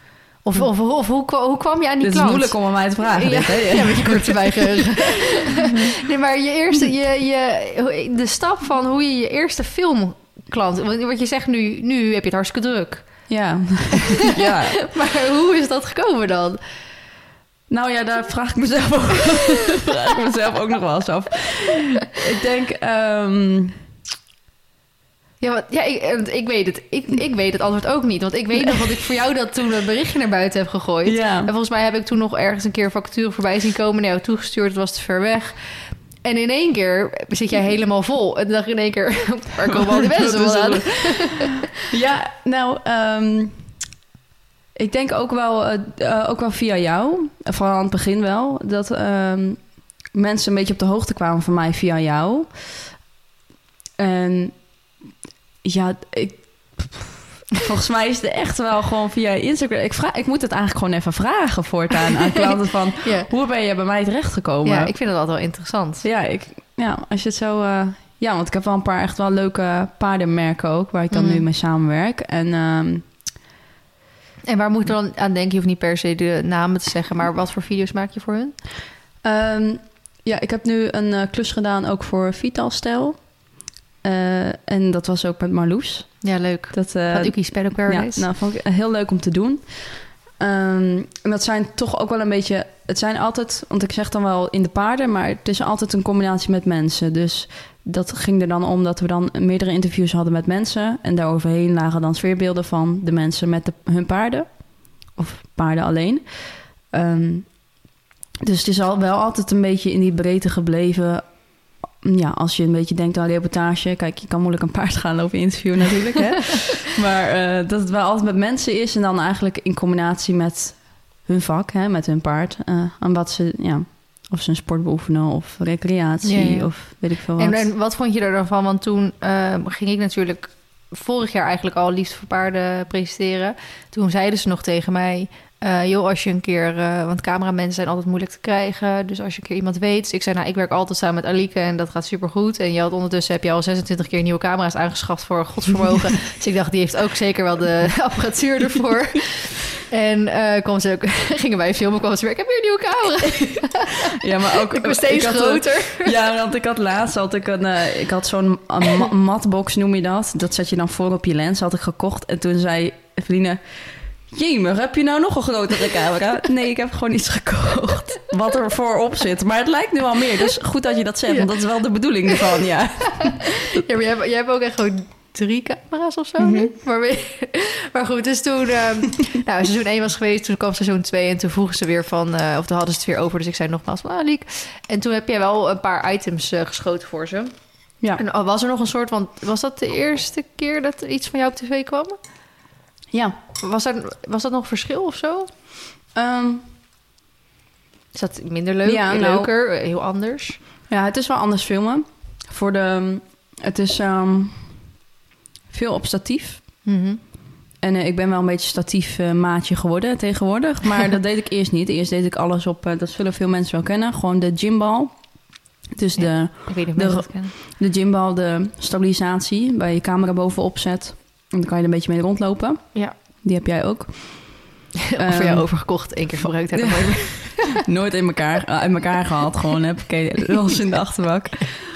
Of, of, of hoe, hoe kwam je aan die dit klant? Het is moeilijk om aan mij te vragen. Ja, dit, hè? ja, met je korte bijgeheugen. Nee, maar je eerste, je, je, de stap van hoe je je eerste filmklant... Want wat je zegt, nu, nu heb je het hartstikke druk. Ja. ja. Maar hoe is dat gekomen dan? Nou ja, daar vraag ik mezelf ook, vraag ik mezelf ook nog wel eens af. Ik denk... Um... Ja, want, ja ik, ik, weet het. Ik, ik weet het antwoord ook niet. Want ik weet nog dat ik voor jou dat toen een berichtje naar buiten heb gegooid. Ja. En volgens mij heb ik toen nog ergens een keer een vacature voorbij zien komen. Naar jou toegestuurd, het was te ver weg. En in één keer zit jij helemaal vol. En dan dacht ik in één keer, waar komen al die mensen wel aan? Ja, nou... Um... Ik denk ook wel, uh, uh, ook wel via jou, vooral aan het begin wel... dat um, mensen een beetje op de hoogte kwamen van mij via jou. En ja, ik, volgens mij is het echt wel gewoon via Instagram. Ik, vraag, ik moet het eigenlijk gewoon even vragen voortaan aan klanten van... Yeah. Hoe ben je bij mij terechtgekomen? Ja, ik vind dat altijd wel interessant. Ja, ik, ja als je het zo... Uh, ja, want ik heb wel een paar echt wel leuke paardenmerken ook... waar ik dan mm. nu mee samenwerk. En... Um, En waar moet je dan aan denken? Je hoeft niet per se de namen te zeggen... maar wat voor video's maak je voor hun? Um, ja, ik heb nu een uh, klus gedaan ook voor Vitalstijl. Uh, en dat was ook met Marloes. Ja, leuk. Dat, uh, Van Uki's Paddock Paradise. Ja, nou, vond ik heel leuk om te doen. Um, en dat zijn toch ook wel een beetje... Het zijn altijd, want ik zeg dan wel in de paarden... maar het is altijd een combinatie met mensen. Dus dat ging er dan om dat we dan meerdere interviews hadden met mensen... en daaroverheen lagen dan sfeerbeelden van de mensen met de, hun paarden. Of paarden alleen. Um, dus het is al wel altijd een beetje in die breedte gebleven... Ja, als je een beetje denkt aan reportage... Kijk, je kan moeilijk een paard gaan lopen interviewen natuurlijk, hè? Maar uh, dat het wel altijd met mensen is... en dan eigenlijk in combinatie met hun vak, hè, met hun paard... Uh, aan wat ze, ja, of ze een sport beoefenen of recreatie ja, ja. of weet ik veel wat. En, en wat vond je er dan van? Want toen uh, ging ik natuurlijk vorig jaar eigenlijk al Liefde voor Paarden presenteren. Toen zeiden ze nog tegen mij... Uh, joh, als je een keer... Uh, want cameramensen zijn altijd moeilijk te krijgen. Dus als je een keer iemand weet... Dus ik zei, nou, ik werk altijd samen met Alieke... en dat gaat supergoed. En je had ondertussen heb je al zesentwintig keer nieuwe camera's aangeschaft... voor godsvermogen. Dus ik dacht, die heeft ook zeker wel de apparatuur ervoor. En uh, kwam ze ook, gingen wij filmen, kwam ze weer... Ik heb weer een nieuwe camera. Ja, maar ook... Ik ben steeds ik groter. Een, ja, want ik had laatst... Had ik, een, uh, ik had zo'n ma- matbox, noem je dat. Dat zet je dan voor op je lens. Had ik gekocht. En toen zei Eveline... Jemig, heb je nou nog een grotere camera? Nee, ik heb gewoon iets gekocht. Wat er voorop zit. Maar het lijkt nu al meer. Dus goed dat je dat zegt. Ja. Want dat is wel de bedoeling ervan, ja. Ja, maar jij hebt, jij hebt ook echt gewoon drie camera's of zo. Mm-hmm. Maar, maar goed, dus toen... Um, nou, seizoen één was geweest. Toen kwam seizoen twee. En toen vroegen ze weer van... Uh, of toen hadden ze het weer over. Dus ik zei nogmaals van... Ah, Liek. En toen heb jij wel een paar items uh, geschoten voor ze. Ja. En was er nog een soort... Want was dat de eerste keer dat er iets van jou op tv kwam? Ja. Was dat, was dat nog verschil of zo? Um, is dat minder leuk? Ja, leuker? Nou, heel anders? Ja, het is wel anders filmen. Voor de, het is um, veel op statief. Mm-hmm. En uh, ik ben wel een beetje statief uh, maatje geworden tegenwoordig. Maar dat deed ik eerst niet. Eerst deed ik alles op, uh, dat zullen veel mensen wel kennen. Gewoon de gymbal. Dus ja, de, ik weet niet of de, mensen dat kennen. De gymbal, de stabilisatie. Waar je camera bovenop zet. En dan kan je er een beetje mee rondlopen. Ja. Die heb jij ook. Of um, voor jou overgekocht, één keer gebruikt hebben. Nooit in elkaar, uh, in elkaar gehad. Gewoon heb ik los in de achterbak.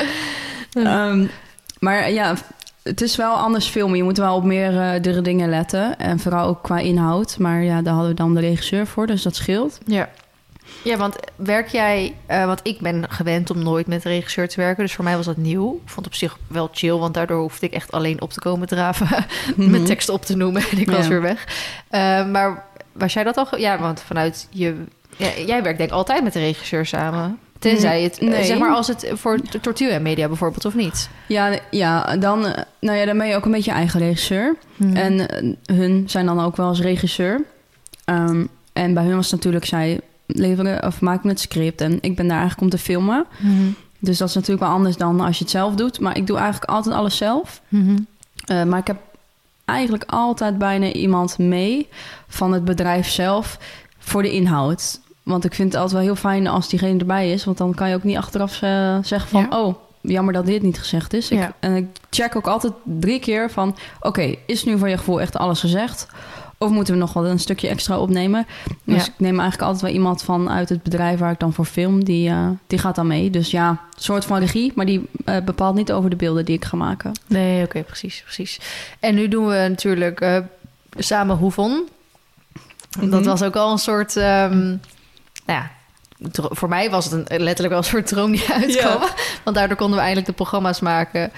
Um, maar ja, het is wel anders filmen. Je moet wel op meerdere uh, dingen letten. En vooral ook qua inhoud. Maar ja, daar hadden we dan de regisseur voor. Dus dat scheelt. Ja. Ja, want werk jij... Uh, want ik ben gewend om nooit met een regisseur te werken. Dus voor mij was dat nieuw. Ik vond het op zich wel chill. Want daardoor hoefde ik echt alleen op te komen draven. Mm-hmm. Mijn teksten op te noemen. En ik was ja. weer weg. Uh, maar was jij dat al... Ge- ja, want vanuit je... Ja, jij werkt denk ik altijd met de regisseur samen. Tenzij het... Nee. Zeg maar als het voor Tortuga en Media bijvoorbeeld of niet. Ja, ja, dan... Nou ja, dan ben je ook een beetje eigen regisseur. Mm-hmm. En uh, hun zijn dan ook wel als regisseur. Um, en bij hun was het natuurlijk... zij leveren of maken het script. En ik ben daar eigenlijk om te filmen. Mm-hmm. Dus dat is natuurlijk wel anders dan als je het zelf doet. Maar ik doe eigenlijk altijd alles zelf. Mm-hmm. Uh, maar ik heb eigenlijk altijd bijna iemand mee van het bedrijf zelf voor de inhoud. Want ik vind het altijd wel heel fijn als diegene erbij is. Want dan kan je ook niet achteraf uh, zeggen van... Ja. oh, jammer dat dit niet gezegd is. Ik, ja. En ik check ook altijd drie keer van... oké, okay, is nu voor je gevoel echt alles gezegd? Of moeten we nog wel een stukje extra opnemen? Dus Ja. ik neem eigenlijk altijd wel iemand van uit het bedrijf waar ik dan voor film. Die, uh, die gaat dan mee. Dus ja, een soort van regie. Maar die uh, bepaalt niet over de beelden die ik ga maken. Nee, oké, okay, precies, precies. En nu doen we natuurlijk uh, samen Hoevon. Mm-hmm. Dat was ook al een soort... Um, nou ja, dro- voor mij was het een, letterlijk wel een soort droom die uitkwam. Ja. Want daardoor konden we eindelijk de programma's maken...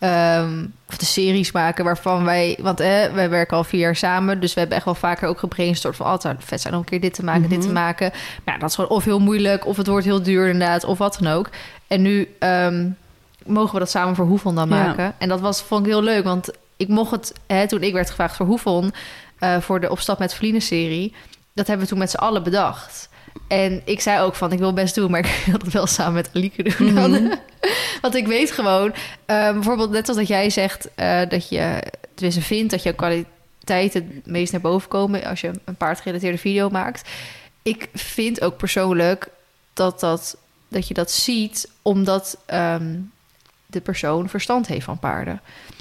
Um, of de series maken waarvan wij... Want eh, wij werken al vier jaar samen... dus we hebben echt wel vaker ook gebrainstormd... van altijd oh, vet zijn om een keer dit te maken, mm-hmm. dit te maken. Maar ja, dat is gewoon of heel moeilijk... of het wordt heel duur inderdaad, of wat dan ook. En nu um, mogen we dat samen voor Hoevon dan maken. Ja. En dat was, vond ik heel leuk, want ik mocht het... Hè, toen ik werd gevraagd voor Hoevon... Uh, voor de Op stap met Feline-serie... dat hebben we toen met z'n allen bedacht... En ik zei ook van, ik wil best doen... maar ik wil het wel samen met Alieke doen. Mm-hmm. Want ik weet gewoon... Uh, bijvoorbeeld net als dat jij zegt... Uh, dat je tenminste vindt dat je kwaliteit het meest naar boven komen... als je een paardgerelateerde video maakt. Ik vind ook persoonlijk dat, dat, dat je dat ziet... omdat um, de persoon verstand heeft van paarden.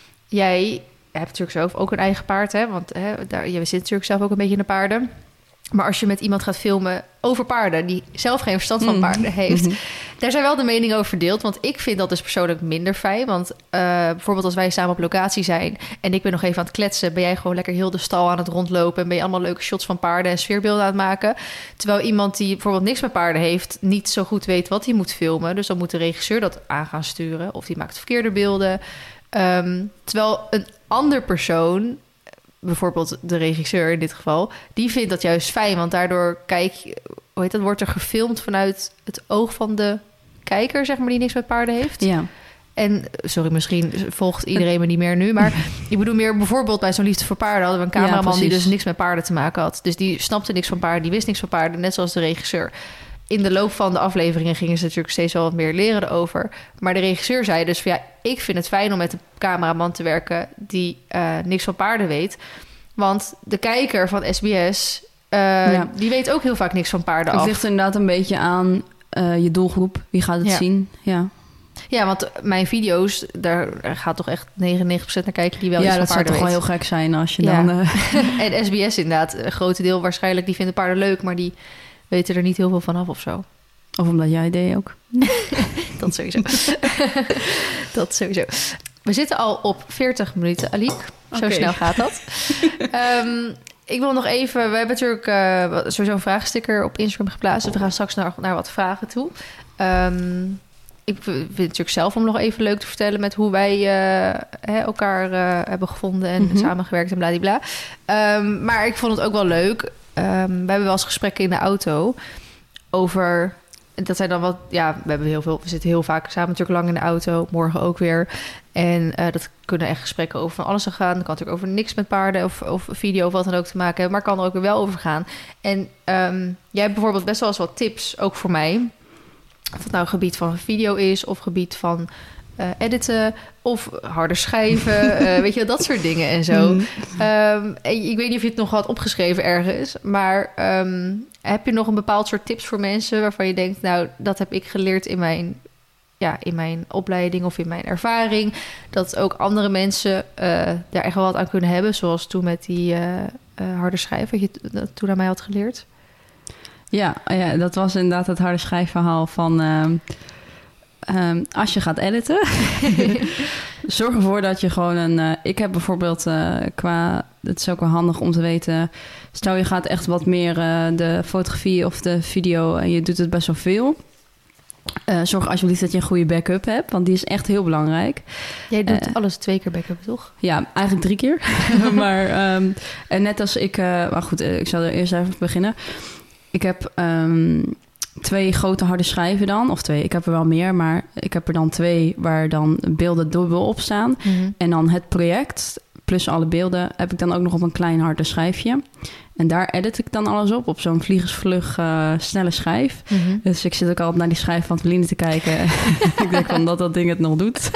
Jij hebt natuurlijk zelf ook een eigen paard, hè? Want hè, daar, je zit natuurlijk zelf ook een beetje in de paarden... Maar als je met iemand gaat filmen over paarden... die zelf geen verstand van paarden heeft... Mm-hmm. daar zijn wel de meningen over verdeeld. Want ik vind dat dus persoonlijk minder fijn. Want uh, bijvoorbeeld als wij samen op locatie zijn... en ik ben nog even aan het kletsen... ben jij gewoon lekker heel de stal aan het rondlopen... en ben je allemaal leuke shots van paarden en sfeerbeelden aan het maken. Terwijl iemand die bijvoorbeeld niks met paarden heeft... niet zo goed weet wat hij moet filmen. Dus dan moet de regisseur dat aan gaan sturen. Of die maakt verkeerde beelden. Um, terwijl een ander persoon... bijvoorbeeld de regisseur in dit geval... die vindt dat juist fijn, want daardoor kijk je... hoe heet dat, wordt er gefilmd vanuit het oog van de kijker... zeg maar, die niks met paarden heeft. Ja. En, sorry, misschien volgt iedereen me niet meer nu... maar ik bedoel meer bijvoorbeeld bij zo'n Liefde voor Paarden... hadden we een cameraman ja, die dus niks met paarden te maken had. Dus die snapte niks van paarden, die wist niks van paarden... net zoals de regisseur. In de loop van de afleveringen gingen ze natuurlijk steeds wel wat meer leren erover. Maar de regisseur zei dus van ja, ik vind het fijn om met een cameraman te werken... die uh, niks van paarden weet... Want de kijker van S B S, uh, ja. die weet ook heel vaak niks van paarden af. Het ligt inderdaad een beetje aan uh, je doelgroep. Wie gaat het ja. zien? Ja. Ja, want mijn video's, daar gaat toch echt negenennegentig procent naar kijken die wel ja, iets van paarden weet. Ja, dat zou toch wel heel gek zijn als je ja. dan... Uh... en S B S inderdaad, een groot deel waarschijnlijk, die vinden paarden leuk... maar die weten er niet heel veel van af of zo. Of omdat jij deed ook. Dat sowieso. Dat sowieso. We zitten al op veertig minuten, Aliek. Zo okay. snel gaat dat. um, ik wil nog even... We hebben natuurlijk uh, sowieso een vraagsticker op Instagram geplaatst. Dus we gaan straks naar, naar wat vragen toe. Um, ik vind het natuurlijk zelf om nog even leuk te vertellen... met hoe wij uh, hè, elkaar uh, hebben gevonden en mm-hmm. samengewerkt en bladibla. Um, maar ik vond het ook wel leuk. Um, we hebben wel eens gesprekken in de auto over... Dat zijn dan wat, ja, we hebben heel veel, we zitten heel vaak samen natuurlijk lang in de auto, morgen ook weer. En uh, dat kunnen echt gesprekken over van alles gaan. Dat kan natuurlijk over niks met paarden of, of video of wat dan ook te maken hebben, maar kan er ook weer wel over gaan. En um, jij hebt bijvoorbeeld best wel eens wat tips, ook voor mij. Of het nou gebied van video is of gebied van uh, editen of harder schrijven, uh, weet je, dat soort dingen en zo. Mm. Um, en ik weet niet of je het nog had opgeschreven ergens, maar um, heb je nog een bepaald soort tips voor mensen waarvan je denkt, nou, dat heb ik geleerd in mijn, ja, in mijn opleiding of in mijn ervaring, dat ook andere mensen uh, daar echt wel wat aan kunnen hebben, zoals toen met die uh, uh, harde schrijven, wat je t- toen aan mij had geleerd? Ja, ja, dat was inderdaad het harde schrijfverhaal van... Uh, um, als je gaat editen, zorg ervoor dat je gewoon een... Uh, ik heb bijvoorbeeld uh, qua... Het is ook wel handig om te weten... Stel je gaat echt wat meer uh, de fotografie of de video... en je doet het best wel veel... Uh, zorg alsjeblieft dat je een goede backup hebt, want die is echt heel belangrijk. Jij doet uh, alles twee keer backup, toch? Ja, eigenlijk drie keer. maar um, en net als ik... Uh, maar goed, uh, ik zal er eerst even beginnen... Ik heb um, twee grote harde schijven dan. Of twee, ik heb er wel meer. Maar ik heb er dan twee waar dan beelden dubbel op staan. Mm-hmm. En dan het project plus alle beelden heb ik dan ook nog op een klein harde schijfje. En daar edit ik dan alles op. Op zo'n vliegensvlug uh, snelle schijf. Mm-hmm. Dus ik zit ook altijd naar die schijf van Feline te kijken. Ik denk van dat dat ding het nog doet.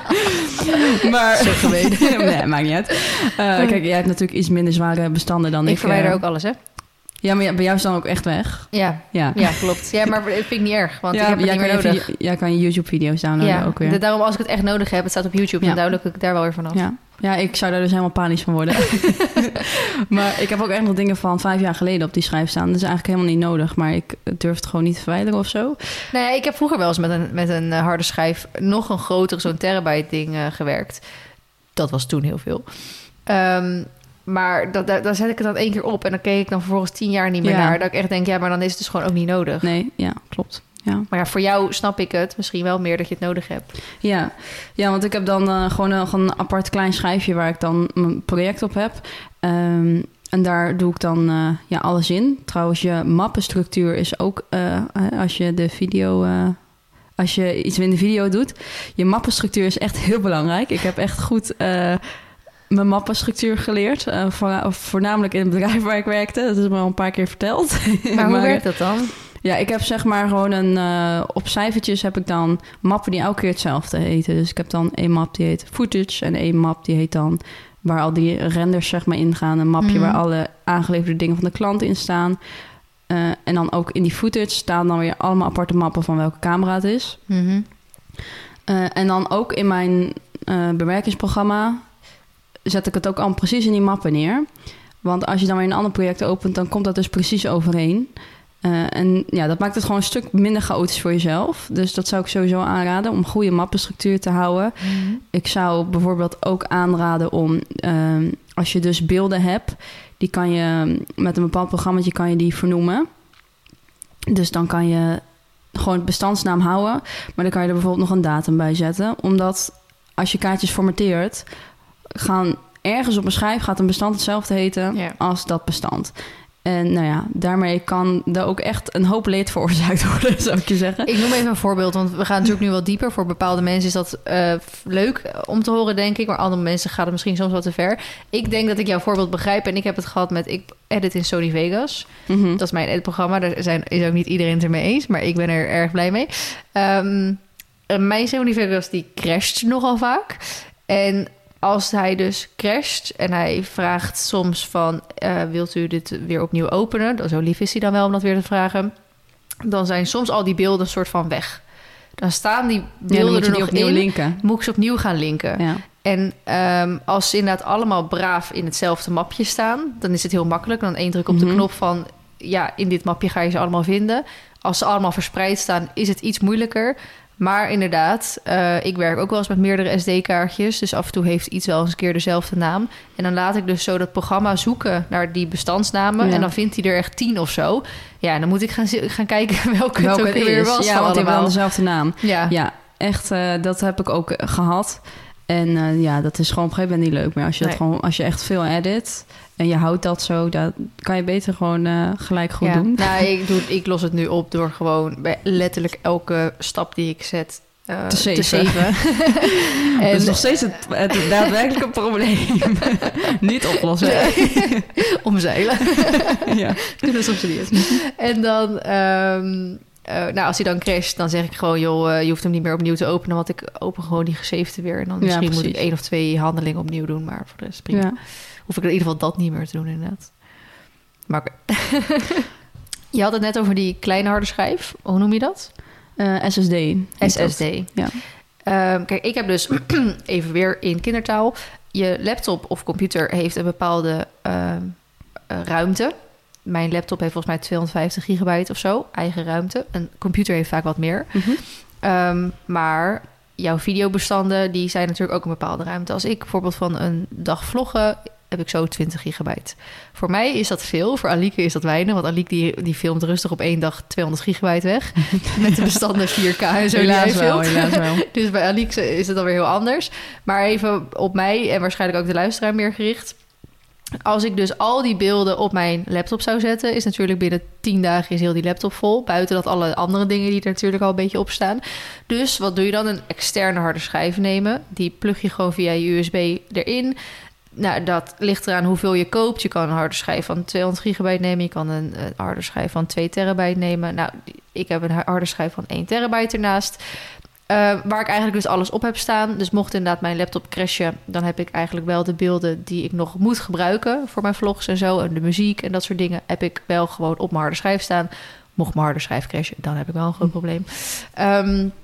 maar zo gemeen. Nee, maakt niet uit. Uh, kijk, jij hebt natuurlijk iets minder zware bestanden dan ik. Ik verwijder uh, ook alles, hè? Ja, maar bij jou is dan ook echt weg. Ja, ja. ja klopt. Ja, maar dat vind ik niet erg, want ja, ik heb het niet meer nodig. Ja, kan je YouTube-video's downloaden ja, ook weer. Daarom als ik het echt nodig heb, het staat op YouTube, ja. dan download ik daar wel weer vanaf. Ja. Ja, ik zou daar dus helemaal panisch van worden. Maar ik heb ook echt nog dingen van vijf jaar geleden op die schijf staan. Dat is eigenlijk helemaal niet nodig, maar ik durf het gewoon niet te verwijderen of zo. Nou ja, ik heb vroeger wel eens met een, met een harde schijf nog een groter, zo'n terabyte ding uh, gewerkt. Dat was toen heel veel. Um, maar dat, dat, dan zet ik het dan één keer op en dan keek ik dan vervolgens tien jaar niet meer ja. naar. Dat ik echt denk, ja, maar dan is het dus gewoon ook niet nodig. Nee, ja, klopt. Ja. Maar ja, voor jou snap ik het misschien wel meer dat je het nodig hebt. Ja, ja want ik heb dan uh, gewoon nog een apart klein schijfje waar ik dan mijn project op heb. Um, en daar doe ik dan uh, ja, alles in. Trouwens, je mappenstructuur is ook, uh, als je de video... Uh, als je iets in de video doet, je mappenstructuur is echt heel belangrijk. Ik heb echt goed... Uh, mijn mappenstructuur geleerd. Uh, voor, voornamelijk in het bedrijf waar ik werkte. Dat is me al een paar keer verteld. Maar, maar hoe werkt dat dan? Ja, ik heb zeg maar gewoon een... Uh, op cijfertjes heb ik dan mappen die elke keer hetzelfde heten. Dus ik heb dan één map die heet footage... en één map die heet dan... waar al die renders zeg maar ingaan. Een mapje mm. waar alle aangeleverde dingen van de klant in staan. Uh, en dan ook in die footage staan dan weer allemaal aparte mappen... van welke camera het is. Mm-hmm. Uh, en dan ook in mijn uh, bewerkingsprogramma... zet ik het ook al precies in die mappen neer. Want als je dan weer een ander project opent... dan komt dat dus precies overeen. Uh, en ja, dat maakt het gewoon een stuk minder chaotisch voor jezelf. Dus dat zou ik sowieso aanraden... om goede mappenstructuur te houden. Mm-hmm. Ik zou bijvoorbeeld ook aanraden om... Uh, als je dus beelden hebt... die kan je met een bepaald programma... kan je die vernoemen. Dus dan kan je gewoon het bestandsnaam houden... maar dan kan je er bijvoorbeeld nog een datum bij zetten. Omdat als je kaartjes formateert... gaan ergens op een schijf gaat een bestand hetzelfde heten ja. als dat bestand. En nou ja, daarmee kan er ook echt een hoop leed veroorzaakt worden, zou ik je zeggen. Ik noem even een voorbeeld, want we gaan natuurlijk nu wat dieper. Voor bepaalde mensen is dat uh, leuk om te horen, denk ik. Maar andere mensen gaat het misschien soms wat te ver. Ik denk dat ik jouw voorbeeld begrijp. En ik heb het gehad met, ik edit in Sony Vegas. Mm-hmm. Dat is mijn editprogramma. Daar zijn, is ook niet iedereen het ermee eens, maar ik ben er erg blij mee. Um, mijn Sony Vegas, die crasht nogal vaak. En als hij dus crasht en hij vraagt soms van... Uh, wilt u dit weer opnieuw openen? Zo lief is hij dan wel om dat weer te vragen. Dan zijn soms al die beelden soort van weg. Dan staan die beelden ja, er nog opnieuw in. Linken. Moet ik ze opnieuw gaan linken. Ja. En um, als ze inderdaad allemaal braaf in hetzelfde mapje staan... dan is het heel makkelijk. Dan één druk op mm-hmm. de knop van... ja, in dit mapje ga je ze allemaal vinden. Als ze allemaal verspreid staan, is het iets moeilijker... Maar inderdaad, uh, ik werk ook wel eens met meerdere S D-kaartjes. Dus af en toe heeft iets wel eens een keer dezelfde naam. En dan laat ik dus zo dat programma zoeken naar die bestandsnamen. Ja. En dan vindt hij er echt tien of zo. Ja, en dan moet ik gaan, gaan kijken welke, welke het ook het weer was. Ja, want die hebben dan dezelfde naam. Ja, ja echt, uh, dat heb ik ook gehad. En uh, ja, dat is gewoon op een gegeven moment niet leuk meer. Als je, nee. dat gewoon, als je echt veel edit en je houdt dat zo... dan kan je beter gewoon uh, gelijk goed ja. doen. Nou, ik, doe, ik los het nu op door gewoon... bij letterlijk elke stap die ik zet... Uh, te zeven. Te zeven. En dat is nog steeds het, het daadwerkelijke probleem. Niet oplossen. Nee. Omzeilen. Ja. Doe dat soms niet. En dan... Um, Uh, nou, als hij dan crasht, dan zeg ik gewoon... joh, uh, je hoeft hem niet meer opnieuw te openen... want ik open gewoon die gesavede weer. En dan ja, misschien precies. moet ik één of twee handelingen opnieuw doen... maar voor de rest prima. Ja. Hoef ik in ieder geval dat niet meer te doen, inderdaad. Maar je had het net over die kleine harde schijf. Hoe noem je dat? Uh, S S D. S S D. Ja. Uh, kijk, ik heb dus... even weer in kindertaal... je laptop of computer heeft een bepaalde uh, uh, ruimte... Mijn laptop heeft volgens mij tweehonderdvijftig gigabyte of zo, eigen ruimte. Een computer heeft vaak wat meer. Mm-hmm. Um, maar jouw videobestanden, die zijn natuurlijk ook een bepaalde ruimte. Als ik bijvoorbeeld van een dag vloggen, heb ik zo twintig gigabyte. Voor mij is dat veel, voor Alieke is dat weinig. Want Alieke die, die filmt rustig op één dag tweehonderd gigabyte weg. Met de bestanden vier K en zo. Helaas wel, helaas wel. Dus bij Alieke is het alweer heel anders. Maar even op mij en waarschijnlijk ook de luisteraar meer gericht... Als ik dus al die beelden op mijn laptop zou zetten... is natuurlijk binnen tien dagen is heel die laptop vol. Buiten dat alle andere dingen die er natuurlijk al een beetje op staan. Dus wat doe je dan? Een externe harde schijf nemen. Die plug je gewoon via je U S B erin. Nou, dat ligt eraan hoeveel je koopt. Je kan een harde schijf van tweehonderd gigabyte nemen. Je kan een, een harde schijf van twee terabyte nemen. Nou, ik heb een harde schijf van één terabyte ernaast... Uh, waar ik eigenlijk dus alles op heb staan. Dus mocht inderdaad mijn laptop crashen... dan heb ik eigenlijk wel de beelden die ik nog moet gebruiken... voor mijn vlogs en zo. En de muziek en dat soort dingen... heb ik wel gewoon op mijn harde schijf staan. Mocht mijn harde schijf crashen, dan heb ik wel een groot probleem. Um,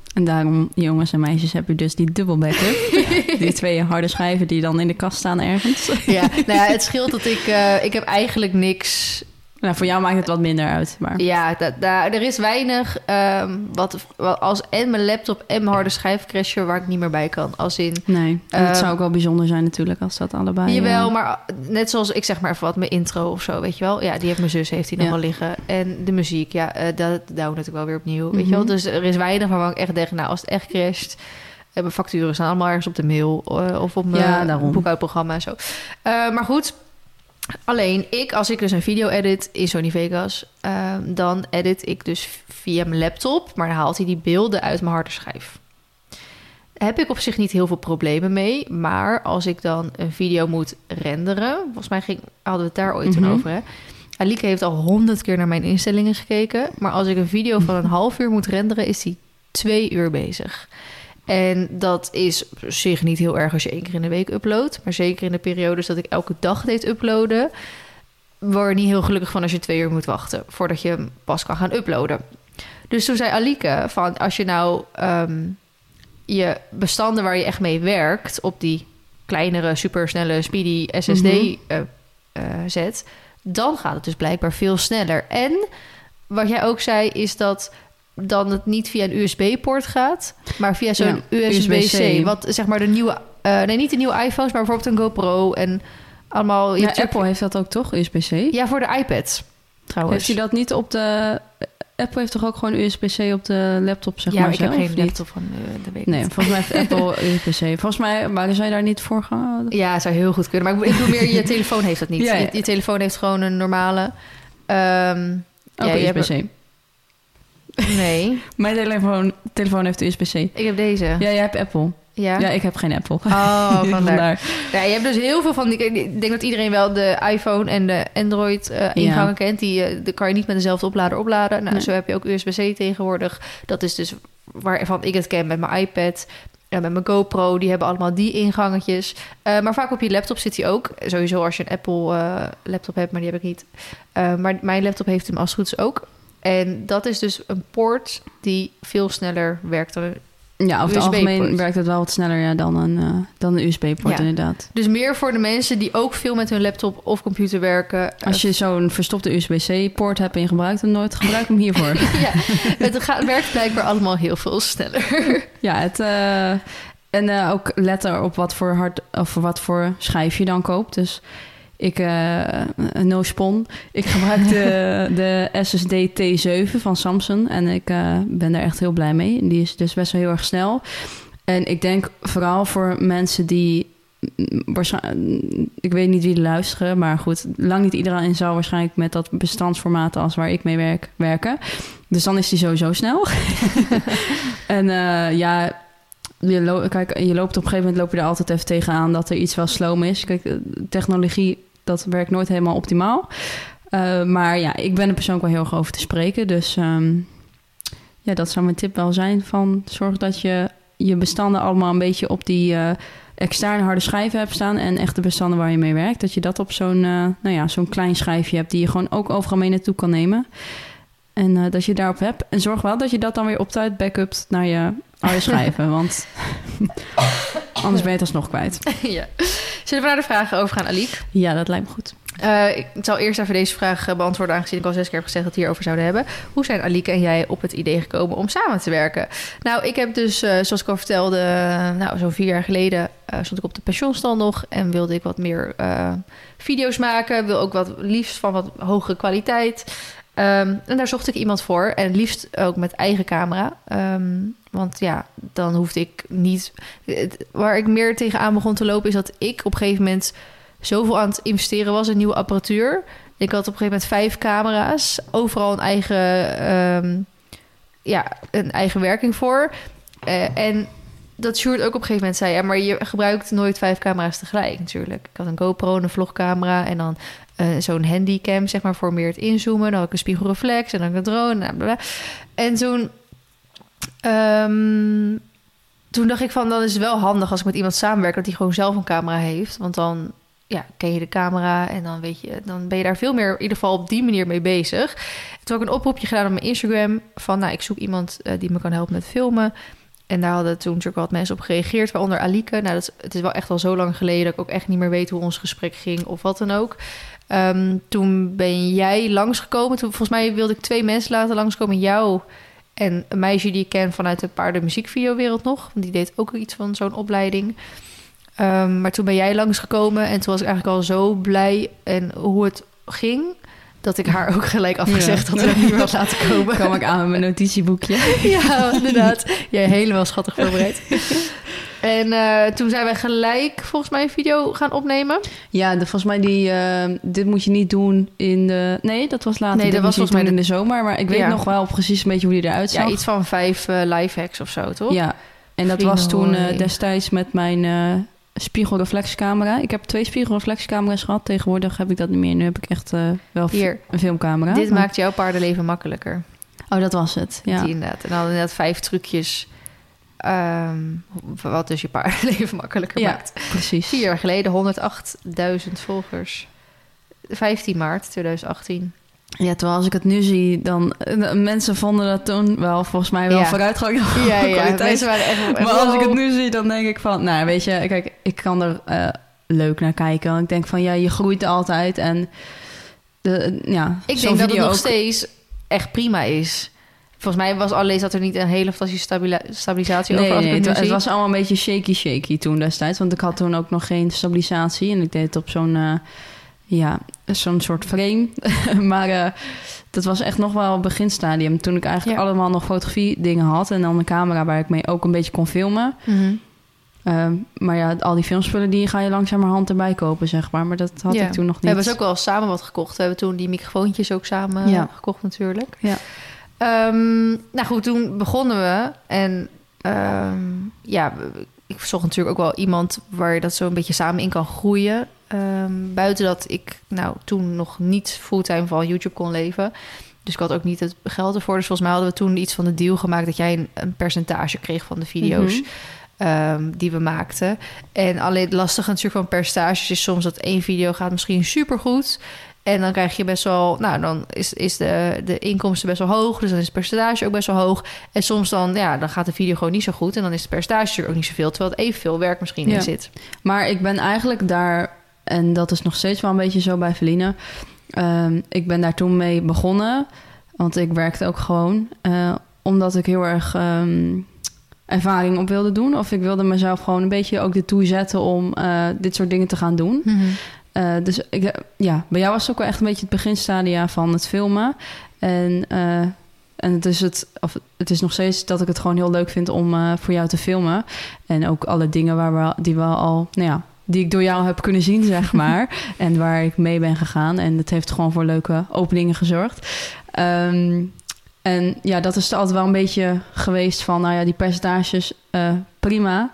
En daarom, jongens en meisjes, heb je dus die dubbel backup. Die twee harde schijven die dan in de kast staan ergens. Ja, nou ja, het scheelt dat ik... Uh, ik heb eigenlijk niks... Nou, voor jou maakt het wat minder uit. Maar... Ja, da, da, er is weinig um, wat, wat als en mijn laptop en mijn harde schijf crashen waar ik niet meer bij kan. Als in... Nee, en het uh, zou ook wel bijzonder zijn natuurlijk als dat allebei... Jawel, uh... maar net zoals ik zeg maar even wat, mijn intro of zo, weet je wel. Ja, die heeft mijn zus, heeft die nog ja. wel liggen. En de muziek, ja, uh, dat download ik wel weer opnieuw, mm-hmm. weet je wel. Dus er is weinig waarvan ik echt denk, nou, als het echt crasht... Mijn facturen staan allemaal ergens op de mail uh, of op mijn ja, boekhoudprogramma en zo. Uh, maar goed... Alleen ik, als ik dus een video edit in Sony Vegas... Uh, dan edit ik dus via mijn laptop... maar dan haalt hij die beelden uit mijn harde schijf. Daar heb ik op zich niet heel veel problemen mee... maar als ik dan een video moet renderen... volgens mij ging, hadden we het daar ooit mm-hmm. over, hè? Alike heeft al honderd keer naar mijn instellingen gekeken... maar als ik een video van een half uur moet renderen... is die twee uur bezig... En dat is op zich niet heel erg als je één keer in de week uploadt. Maar zeker in de periodes dat ik elke dag deed uploaden... word je niet heel gelukkig van als je twee uur moet wachten... voordat je hem pas kan gaan uploaden. Dus toen zei Alike van als je nou um, je bestanden waar je echt mee werkt... op die kleinere, supersnelle, speedy S S D mm-hmm. uh, uh, zet... dan gaat het dus blijkbaar veel sneller. En wat jij ook zei is dat... dan het niet via een U S B-poort gaat... maar via zo'n ja, U S B-C. Wat zeg maar de nieuwe... Uh, nee, niet de nieuwe iPhones... maar bijvoorbeeld een GoPro en allemaal... Ja, Apple heeft dat ook toch, U S B-C? Ja, voor de iPad, trouwens. Heeft hij dat niet op de... Apple heeft toch ook gewoon U S B-C op de laptop, zeg ja, maar Ja, ik zelf, heb geen laptop van uh, de week. Nee, volgens mij heeft Apple U S B-C. Volgens mij, maar zou je daar niet voor gaan? Ja, het zou heel goed kunnen. Maar ik bedoel meer, je telefoon heeft dat niet. Ja, ja. Je, je telefoon heeft gewoon een normale... Um, ook ja, U S B-C. Nee. Mijn telefoon, telefoon heeft U S B-C. Ik heb deze. Ja, jij hebt Apple. Ja, ja ik heb geen Apple. Oh, vandaar. vandaar. Ja, je hebt dus heel veel van... Die, ik denk dat iedereen wel de iPhone en de Android uh, ingangen ja. kent. Die, uh, die kan je niet met dezelfde oplader opladen. Nou, nee. Zo heb je ook U S B-C tegenwoordig. Dat is dus waarvan ik het ken met mijn iPad... Ja, met mijn GoPro, die hebben allemaal die ingangetjes. Uh, maar vaak op je laptop zit hij ook. Sowieso als je een Apple uh, laptop hebt, maar die heb ik niet. Uh, maar mijn laptop heeft hem als het goed is ook. En dat is dus een poort die veel sneller werkt dan een Ja, over het algemeen werkt het wel wat sneller ja, dan een, uh, dan een U S B-poort ja. inderdaad. Dus meer voor de mensen die ook veel met hun laptop of computer werken. Als je zo'n verstopte U S B-C-poort hebt en je gebruikt hem nooit, gebruik hem hiervoor. Ja, het gaat, werkt blijkbaar allemaal heel veel sneller. Ja, het, uh, en uh, ook letten op wat voor hard of wat voor schijf je dan koopt. Dus ik, uh, no spon. Ik gebruik de, de S S D T zeven van Samsung. En ik uh, ben daar echt heel blij mee. Die is dus best wel heel erg snel. En ik denk vooral voor mensen die... Ik weet niet wie er luisteren, maar goed, lang niet iedereen zal waarschijnlijk met dat bestandsformaat als waar ik mee werk, werken. Dus dan is die sowieso snel. En uh, ja... Je, lo- kijk, je loopt op een gegeven moment loop je er altijd even tegenaan dat er iets wel sloom is. Kijk, technologie, dat werkt nooit helemaal optimaal. Uh, maar ja, ik ben er persoonlijk wel heel erg over te spreken. Dus um, ja, dat zou mijn tip wel zijn van zorg dat je je bestanden allemaal een beetje op die uh, externe harde schijven hebt staan en echte bestanden waar je mee werkt. Dat je dat op zo'n, uh, nou ja, zo'n klein schijfje hebt die je gewoon ook overal mee naartoe kan nemen. En uh, dat je daarop hebt. En zorg wel dat je dat dan weer op tijd backupt naar je harde schijven. Want anders ben je het alsnog kwijt. Ja. Zullen we naar de vragen overgaan, Aliek? Ja, dat lijkt me goed. Uh, ik zal eerst even deze vraag beantwoorden, aangezien ik al zes keer heb gezegd dat we het hierover zouden hebben. Hoe zijn Alieke en jij op het idee gekomen om samen te werken? Nou, ik heb dus, uh, zoals ik al vertelde, uh, nou, zo'n vier jaar geleden uh, stond ik op de pensioenstand nog en wilde ik wat meer uh, video's maken. Wil ook wat liefst van wat hogere kwaliteit. Um, en daar zocht ik iemand voor. En het liefst ook met eigen camera. Um, want ja, dan hoefde ik niet... Het, waar ik meer tegenaan begon te lopen is dat ik op een gegeven moment zoveel aan het investeren was in nieuwe apparatuur. Ik had op een gegeven moment vijf camera's. Overal een eigen, um, ja, een eigen werking voor. Uh, en dat Sjoerd ook op een gegeven moment zei... ja, maar je gebruikt nooit vijf camera's tegelijk natuurlijk. Ik had een GoPro, een vlogcamera en dan uh, zo'n handycam, zeg maar, voor meer het inzoomen. Dan had ik een spiegelreflex en dan een drone. En, bla bla. En toen... Um, toen dacht ik van, dan is het wel handig als ik met iemand samenwerk... dat hij gewoon zelf een camera heeft. Want dan ja, ken je de camera en dan, weet je, dan ben je daar veel meer... in ieder geval op die manier mee bezig. Toen heb ik een oproepje gedaan op mijn Instagram... van, nou, ik zoek iemand uh, die me kan helpen met filmen... En daar hadden toen natuurlijk wat mensen op gereageerd, waaronder Alike. Nou, dat is, het is wel echt al zo lang geleden dat ik ook echt niet meer weet hoe ons gesprek ging of wat dan ook. Um, toen ben jij langsgekomen. Toen, volgens mij wilde ik twee mensen laten langskomen. Jou en een meisje die ik ken vanuit de paardenmuziekvideowereld nog. Want die deed ook iets van zo'n opleiding. Um, maar toen ben jij langsgekomen en toen was ik eigenlijk al zo blij en hoe het ging, dat ik haar ook gelijk afgezegd ja. had dat ik niet meer had laten komen. Kwam ik aan met mijn notitieboekje. Ja, inderdaad. Jij helemaal schattig voorbereid. En uh, toen zijn wij gelijk volgens mij een video gaan opnemen. Ja, de, volgens mij die... Uh, dit moet je niet doen in de... Nee, dat was later. Nee, dat dit was volgens mij in de... de zomer. Maar ik weet ja. nog wel precies een beetje hoe die eruit zag. Ja, iets van vijf uh, lifehacks of zo, toch? Ja, en dat Vrienden was toen uh, destijds met mijn uh, spiegelreflexcamera. Ik heb twee spiegelreflexcamera's gehad. Tegenwoordig heb ik dat niet meer. Nu heb ik echt uh, wel Hier. een filmcamera. Dit maar... maakt jouw paardenleven makkelijker. Oh, dat was het. Ja, die inderdaad. En dan inderdaad vijf trucjes... Um, wat dus je paardenleven makkelijker ja, maakt. Precies. Vier jaar geleden, honderdachtduizend volgers. vijftien maart tweeduizend achttien. Ja, terwijl als ik het nu zie, dan... Uh, mensen vonden dat toen wel, volgens mij wel ja. vooruitgang. Ja, ja, mensen waren echt... echt maar als ik het nu zie, dan denk ik van... Nou, weet je, kijk, ik kan er uh, leuk naar kijken. Want ik denk van, ja, je groeit altijd. En de, ja, ik denk dat het nog ook... steeds echt prima is. Volgens mij was alleen dat er niet een hele fantastische stabila- stabilisatie nee, over. Als nee, ik het, het, het was allemaal een beetje shaky shaky toen destijds. Want ik had toen ook nog geen stabilisatie. En ik deed het op zo'n, uh, ja, zo'n soort frame. maar uh, dat was echt nog wel beginstadium. Toen ik eigenlijk ja. allemaal nog fotografie dingen had. En dan een camera waar ik mee ook een beetje kon filmen. Mm-hmm. Uh, maar ja, al die filmspullen die ga je langzamerhand erbij kopen, zeg maar. Maar dat had ja. ik toen nog niet. We hebben dus ook wel samen wat gekocht. We hebben toen die microfoontjes ook samen ja. gekocht natuurlijk. Ja. Um, nou goed, toen begonnen we. En um, ja, ik zocht natuurlijk ook wel iemand waar je dat zo een beetje samen in kan groeien. Um, buiten dat ik nou toen nog niet fulltime van YouTube kon leven. Dus ik had ook niet het geld ervoor. Dus volgens mij hadden we toen iets van de deal gemaakt dat jij een, een percentage kreeg van de video's. Mm-hmm. Um, die we maakten. En alleen het lastige natuurlijk van percentages is soms dat één video gaat misschien supergoed. En dan krijg je best wel... Nou, dan is, is de, de inkomsten best wel hoog. Dus dan is het percentage ook best wel hoog. En soms dan, ja, dan gaat de video gewoon niet zo goed. En dan is het percentage natuurlijk ook niet zoveel. Terwijl het evenveel werk misschien ja. in zit. Maar ik ben eigenlijk daar... En dat is nog steeds wel een beetje zo bij Feline. Um, ik ben daar toen mee begonnen. Want ik werkte ook gewoon. Uh, omdat ik heel erg... Um, ervaring op wilde doen. Of ik wilde mezelf gewoon een beetje ook ertoe zetten om uh, dit soort dingen te gaan doen. Mm-hmm. Uh, dus ik, ja, bij jou was het ook wel echt een beetje het beginstadia van het filmen. En, uh, en het is het, of het is nog steeds dat ik het gewoon heel leuk vind om uh, voor jou te filmen. En ook alle dingen waar we, die we al, nou ja, die ik door jou heb kunnen zien, zeg maar. En waar ik mee ben gegaan. En het heeft gewoon voor leuke openingen gezorgd. Um, En ja, dat is er altijd wel een beetje geweest van... nou ja, die percentages, uh, prima.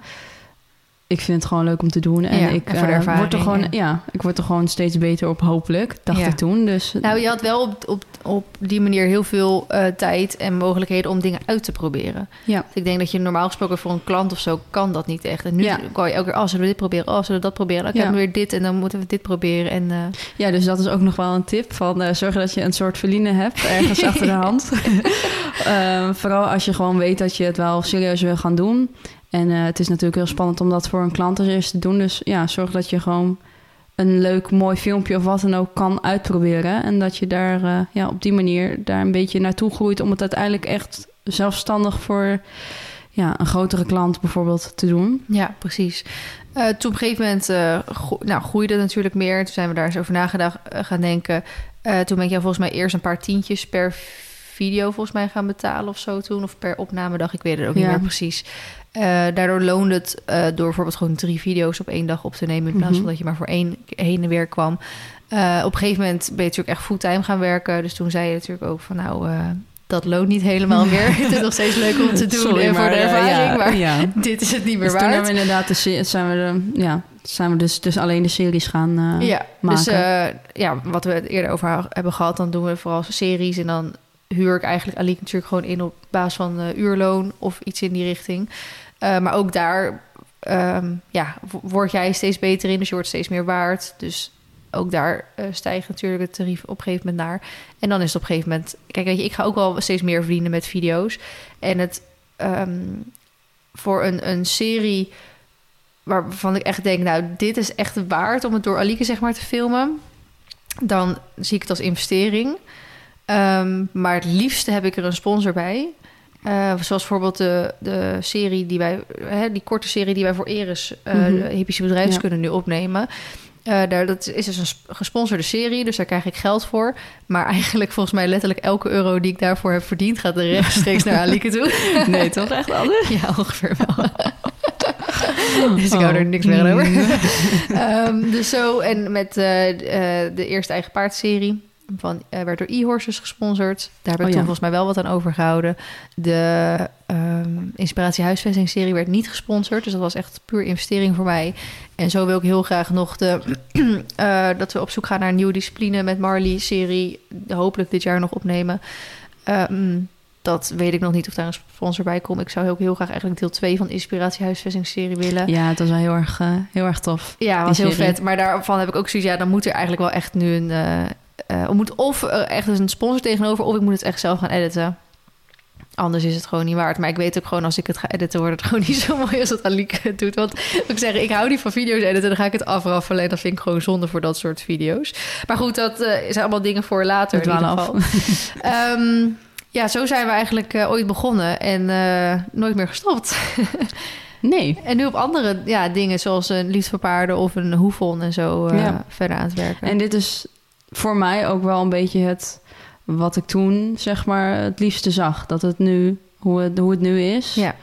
Ik vind het gewoon leuk om te doen. En ja, ik en voor de ervaring, uh, word er gewoon, ja. ja, ik word er gewoon steeds beter op, hopelijk. Dacht ja. ik toen. Dus, nou, je had wel op, op, op die manier heel veel uh, tijd en mogelijkheden om dingen uit te proberen. Ja. Dus ik denk dat je normaal gesproken voor een klant of zo kan dat niet echt. En nu ja. kan je elke keer, oh, zullen we dit proberen? Oh, zullen we dat proberen? Dan krijgen we weer dit en dan moeten we dit proberen. En, uh... Ja, dus dat is ook nog wel een tip van uh, zorgen dat je een soort Feline hebt ergens achter de hand. uh, vooral als je gewoon weet dat je het wel serieus wil gaan doen. En uh, het is natuurlijk heel spannend om dat voor een klant als eerste te doen. Dus ja, zorg dat je gewoon een leuk, mooi filmpje of wat dan ook kan uitproberen. En dat je daar uh, ja, op die manier daar een beetje naartoe groeit... om het uiteindelijk echt zelfstandig voor ja, een grotere klant bijvoorbeeld te doen. Ja, precies. Uh, toen op een gegeven moment uh, gro- nou, groeide het natuurlijk meer. Toen zijn we daar eens over nagedacht uh, gaan denken. Uh, toen ben ik jou volgens mij eerst een paar tientjes per video volgens mij gaan betalen of zo toen. Of per opnamedag, ik weet het ook ja. niet meer precies. Uh, daardoor loonde het uh, door bijvoorbeeld gewoon drie video's op één dag op te nemen... in plaats mm-hmm. van dat je maar voor één heen en weer kwam. Uh, op een gegeven moment ben je natuurlijk echt fulltime gaan werken. Dus toen zei je natuurlijk ook van nou... Uh, dat loont niet helemaal meer. Het is nog steeds leuk om te doen Sorry, en voor maar, de ervaring. Uh, ja, maar ja. dit is het niet meer dus waard. Toen hebben we inderdaad de, zijn we de, ja, zijn we dus, dus alleen de series gaan uh, ja, maken. Dus uh, ja, wat we het eerder over hebben gehad... dan doen we vooral series en dan huur ik eigenlijk Alike natuurlijk gewoon in... op basis van uh, uurloon of iets in die richting... Uh, maar ook daar um, ja, word jij steeds beter in. Dus je wordt steeds meer waard. Dus ook daar uh, stijgt natuurlijk het tarief op een gegeven moment naar. En dan is het op een gegeven moment... Kijk, weet je, ik ga ook wel steeds meer verdienen met video's. En het... Um, voor een, een serie waarvan ik echt denk, nou, dit is echt waard om het door Alieke zeg maar te filmen, dan zie ik het als investering. Um, maar het liefste heb ik er een sponsor bij. Uh, zoals bijvoorbeeld de, de serie die wij, hè, die korte serie die wij voor Eris, uh, mm-hmm. de Hippische bedrijfskunde, ja. nu opnemen. Uh, daar, dat is dus een gesponsorde serie, dus daar krijg ik geld voor. Maar eigenlijk volgens mij letterlijk elke euro die ik daarvoor heb verdiend, gaat er rechtstreeks naar Alieke toe. Nee, toch echt anders? Ja, ongeveer wel. Dus ik hou er niks meer aan over. um, dus zo, en met uh, uh, de eerste eigen paardserie van, uh, werd door e-horses gesponsord. Daar heb ik oh, toen ja. volgens mij wel wat aan overgehouden. De um, Inspiratie Huisvesting-serie werd niet gesponsord. Dus dat was echt puur investering voor mij. En zo wil ik heel graag nog de, uh, dat we op zoek gaan naar een nieuwe discipline met Marley-serie. Hopelijk dit jaar nog opnemen. Um, dat weet ik nog niet of daar een sponsor bij komt. Ik zou ook heel graag eigenlijk deel twee van de Inspiratie Huisvesting-serie willen. Ja, dat was wel heel erg, uh, heel erg tof. Ja, was heel vet. Maar daarvan heb ik ook zoiets, ja, dan moet er eigenlijk wel echt nu een... Uh, Uh, moet of uh, echt een sponsor tegenover, of ik moet het echt zelf gaan editen. Anders is het gewoon niet waard. Maar ik weet ook gewoon, als ik het ga editen, wordt het gewoon niet zo mooi als dat Alieke het doet. Want ik zeg, ik hou niet van video's editen, dan ga ik het afraffelen. En dat vind ik gewoon zonde voor dat soort video's. Maar goed, dat uh, zijn allemaal dingen voor later in ieder geval. um, ja, zo zijn we eigenlijk uh, ooit begonnen en uh, nooit meer gestopt. Nee. En nu op andere ja, dingen, zoals een liefde voor paarden of een hoefon en zo uh, ja. verder aan het werken. En dit is voor mij ook wel een beetje het wat ik toen zeg maar het liefste zag. Dat het nu, hoe het, hoe het nu is. Ja.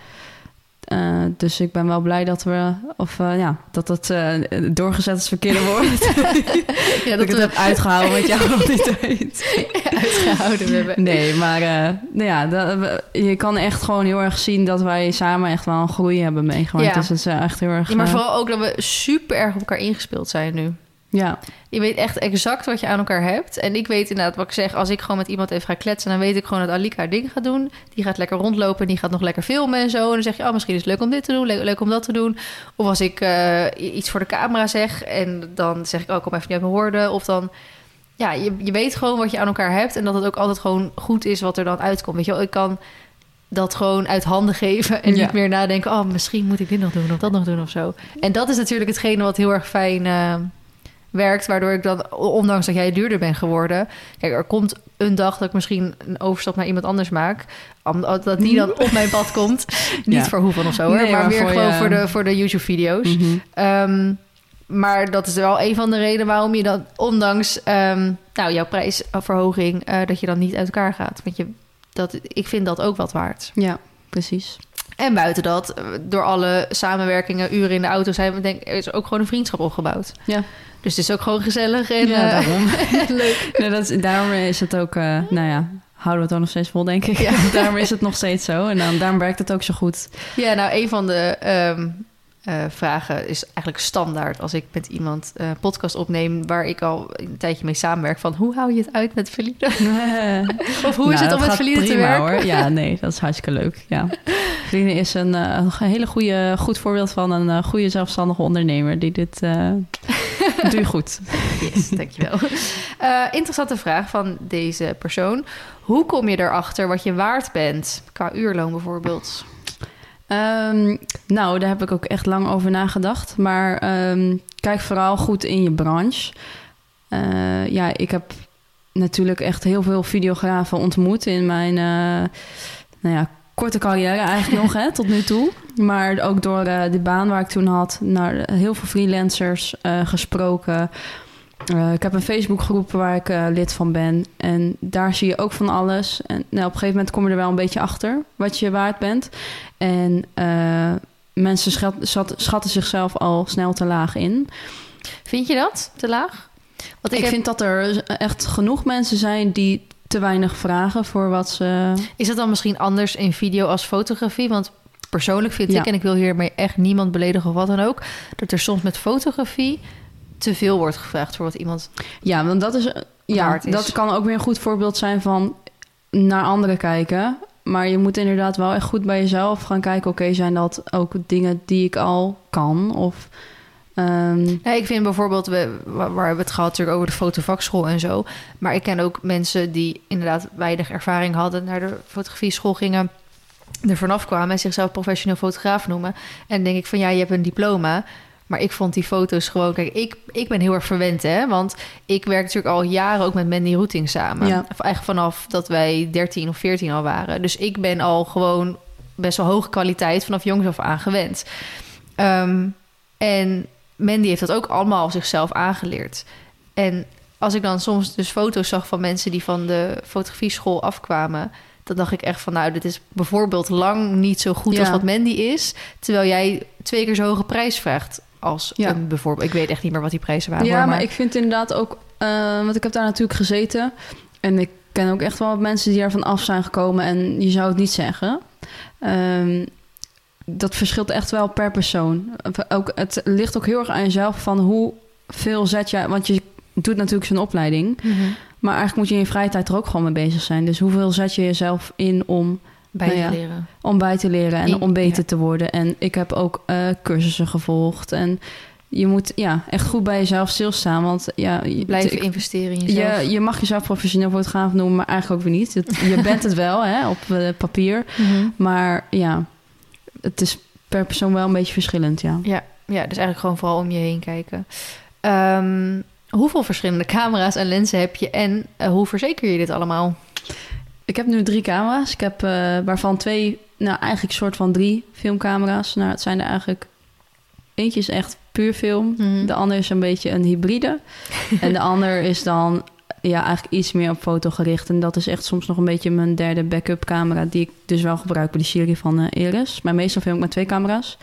Uh, dus ik ben wel blij dat we, of uh, ja, dat het uh, doorgezet is verkeerde woord. Ja, dat, dat ik het we... heb uitgehouden met jou op die tijd. Ja, uitgehouden hebben. Nee, maar uh, nou ja, dat, we, je kan echt gewoon heel erg zien dat wij samen echt wel een groei hebben meegemaakt. Ja. Dus het is uh, echt heel erg... Ja, maar vooral ook dat we super erg op elkaar ingespeeld zijn nu. Ja. Je weet echt exact wat je aan elkaar hebt. En ik weet inderdaad wat ik zeg. Als ik gewoon met iemand even ga kletsen, dan weet ik gewoon dat Alieke haar ding gaat doen. Die gaat lekker rondlopen, die gaat nog lekker filmen en zo. En dan zeg je, oh, misschien is het leuk om dit te doen, leuk, leuk om dat te doen. Of als ik uh, iets voor de camera zeg en dan zeg ik, oh, kom even niet uit mijn woorden. Of dan, ja, je, je weet gewoon wat je aan elkaar hebt. En dat het ook altijd gewoon goed is wat er dan uitkomt. Weet je wel, ik kan dat gewoon uit handen geven en ja. niet meer nadenken, oh, misschien moet ik dit nog doen of dat nog doen of zo. En dat is natuurlijk hetgene wat heel erg fijn Uh, werkt, waardoor ik dan, ondanks dat jij duurder bent geworden... Kijk, er komt een dag dat ik misschien een overstap naar iemand anders maak. Dat die dan op mijn pad komt. Niet ja. voor hoeven of zo, hoor, nee, maar, maar weer voor gewoon je... voor de, voor de YouTube-video's. Mm-hmm. Um, maar dat is wel een van de redenen waarom je dan, ondanks um, nou, jouw prijsverhoging, uh, dat je dan niet uit elkaar gaat. Want je, dat, ik vind dat ook wat waard. Ja, precies. En buiten dat, door alle samenwerkingen, uren in de auto, zijn we denk ik, is ook gewoon een vriendschap opgebouwd. Ja. Dus het is ook gewoon gezellig en ja, uh, daarom. leuk. Nee, dat is, daarom is het ook, uh, nou ja, houden we het dan nog steeds vol, denk ik. Ja. Daarom is het nog steeds zo en dan, daarom werkt het ook zo goed. Ja, nou, een van de um, uh, vragen is eigenlijk standaard als ik met iemand een uh, podcast opneem waar ik al een tijdje mee samenwerk, van hoe hou je het uit met valide? Of hoe nou, is het om met valide te werken? Hoor. Ja, nee, dat is hartstikke leuk. Ja. Valide is een, uh, een hele goede, goed voorbeeld van een uh, goede zelfstandige ondernemer die dit uh, doe je goed. Yes, dankjewel. Uh, interessante vraag van deze persoon. Hoe kom je erachter wat je waard bent? Qua uurloon bijvoorbeeld. Um, nou, daar heb ik ook echt lang over nagedacht. Maar um, kijk vooral goed in je branche. Uh, ja, ik heb natuurlijk echt heel veel videografen ontmoet in mijn uh, nou ja, korte carrière eigenlijk nog, hè, tot nu toe. Maar ook door uh, de baan waar ik toen had, naar heel veel freelancers uh, gesproken. Uh, ik heb een Facebookgroep waar ik uh, lid van ben. En daar zie je ook van alles. En nou, op een gegeven moment kom je er wel een beetje achter wat je waard bent. En uh, mensen schat, schat, schatten zichzelf al snel te laag in. Vind je dat, te laag? Want ik ik heb... vind dat er echt genoeg mensen zijn die te weinig vragen voor wat ze... Is dat dan misschien anders in video als fotografie? Want persoonlijk vind ja. ik, en ik wil hiermee echt niemand beledigen of wat dan ook, dat er soms met fotografie te veel wordt gevraagd voor wat iemand ja, want dat is ja, is. Dat kan ook weer een goed voorbeeld zijn van naar anderen kijken. Maar je moet inderdaad wel echt goed bij jezelf gaan kijken. Oké, okay, zijn dat ook dingen die ik al kan? Of um... ja, ik vind bijvoorbeeld, we, waar we hebben het gehad natuurlijk over de fotovakschool en zo. Maar ik ken ook mensen die inderdaad weinig ervaring hadden, naar de fotografieschool gingen. er vanaf kwamen en zichzelf professioneel fotograaf noemen. En dan denk ik van, ja, je hebt een diploma. Maar ik vond die foto's gewoon... Kijk, ik, ik ben heel erg verwend, hè. Want ik werk natuurlijk al jaren ook met Mandy Routing samen. Ja. Eigenlijk vanaf dat wij dertien of veertien al waren. Dus ik ben al gewoon best wel hoge kwaliteit vanaf jongs af aan gewend. Um, en Mandy heeft dat ook allemaal zichzelf aangeleerd. En als ik dan soms dus foto's zag van mensen die van de fotografieschool afkwamen... dan dacht ik echt van, nou, dit is bijvoorbeeld lang niet zo goed ja. als wat Mandy is. Terwijl jij twee keer zo hoge prijs vraagt als ja. een bijvoorbeeld. Ik weet echt niet meer wat die prijzen waren. Ja, hoor, maar... maar ik vind inderdaad ook, uh, want ik heb daar natuurlijk gezeten en ik ken ook echt wel wat mensen die ervan af zijn gekomen en je zou het niet zeggen. Um, dat verschilt echt wel per persoon. Ook, het ligt ook heel erg aan jezelf van hoeveel zet je, want je doet natuurlijk zo'n opleiding, mm-hmm. maar eigenlijk moet je in je vrije tijd er ook gewoon mee bezig zijn. Dus hoeveel zet je jezelf in om bij nou te ja, leren. Om bij te leren en in, om beter ja. te worden. En ik heb ook uh, cursussen gevolgd. En je moet ja, echt goed bij jezelf stilstaan. Want ja, je blijft investeren in jezelf. Je, je mag jezelf professioneel fotograaf noemen, maar eigenlijk ook weer niet. Het, je bent het wel hè, op uh, papier. Mm-hmm. Maar ja, het is per persoon wel een beetje verschillend. Ja, ja, ja, dus eigenlijk gewoon vooral om je heen kijken. Um, hoeveel verschillende camera's en lenzen heb je en uh, hoe verzeker je dit allemaal? Ik heb nu drie camera's. Ik heb uh, waarvan twee, nou eigenlijk soort van drie filmcamera's. Nou, het zijn er eigenlijk... Eentje is echt puur film. Mm. De andere is een beetje een hybride. En de ander is dan ja, eigenlijk iets meer op foto gericht. En dat is echt soms nog een beetje mijn derde backup camera... die ik dus wel gebruik bij de serie van uh, Iris. Maar meestal film ik met twee camera's.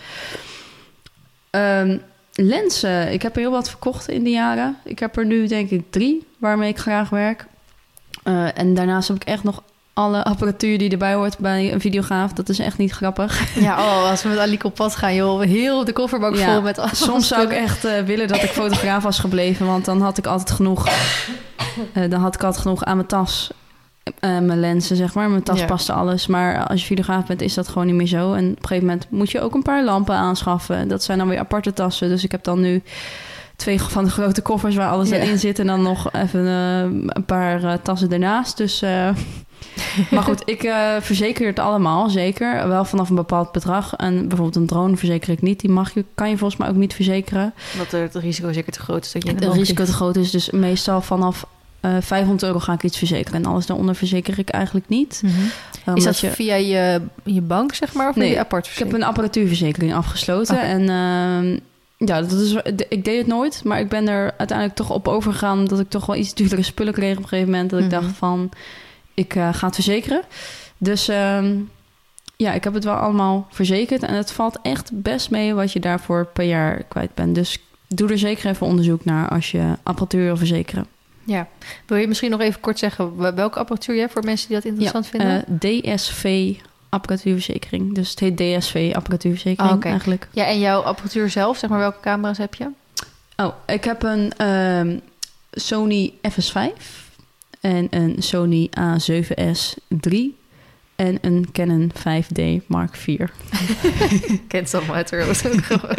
Um, lenzen. Ik heb er heel wat verkocht in de jaren. Ik heb er nu denk ik drie waarmee ik graag werk. Uh, en daarnaast heb ik echt nog alle apparatuur die erbij hoort bij een videograaf. Dat is echt niet grappig. Ja, oh, als we met Aliek op pad gaan, joh. Heel de kofferbak ja, vol met alles. Soms zou ik echt uh, willen dat ik fotograaf was gebleven. Want dan had ik altijd genoeg... Uh, dan had ik altijd genoeg aan mijn tas. Uh, mijn lenzen, zeg maar. Mijn tas ja. paste alles. Maar als je videograaf bent, is dat gewoon niet meer zo. En op een gegeven moment moet je ook een paar lampen aanschaffen. Dat zijn dan weer aparte tassen. Dus ik heb dan nu... twee van de grote koffers waar alles ja. in zit... en dan nog even uh, een paar uh, tassen ernaast. Dus, uh, maar goed, ik uh, verzeker het allemaal, zeker. Wel vanaf een bepaald bedrag. En bijvoorbeeld een drone verzeker ik niet. Die mag je, kan je volgens mij ook niet verzekeren. Omdat het risico zeker te groot is. Dat je het risico te groot is, dus meestal vanaf... Uh, vijfhonderd euro ga ik iets verzekeren. En alles daaronder verzeker ik eigenlijk niet. Mm-hmm. Um, is dat je... via je, je bank, zeg maar? Of nee, je apart ik heb een apparatuurverzekering afgesloten. Okay. En... Uh, ja, dat is, ik deed het nooit, maar ik ben er uiteindelijk toch op overgegaan... dat ik toch wel iets duurdere spullen kreeg op een gegeven moment. Dat mm-hmm. ik dacht van, ik uh, ga het verzekeren. Dus uh, ja, ik heb het wel allemaal verzekerd. En het valt echt best mee wat je daarvoor per jaar kwijt bent. Dus doe er zeker even onderzoek naar als je apparatuur wil verzekeren. Ja, wil je misschien nog even kort zeggen welke apparatuur je hebt... voor mensen die dat interessant ja, vinden? Uh, D S V apparatuurverzekering. Dus het heet D S V apparatuurverzekering oh, okay. eigenlijk. Ja, en jouw apparatuur zelf, zeg maar, welke camera's heb je? Oh, ik heb een um, Sony F S vijf en een Sony A zeven S drie en een Canon vijf D Mark vier. Kent ze allemaal uit de hoofd ook gewoon.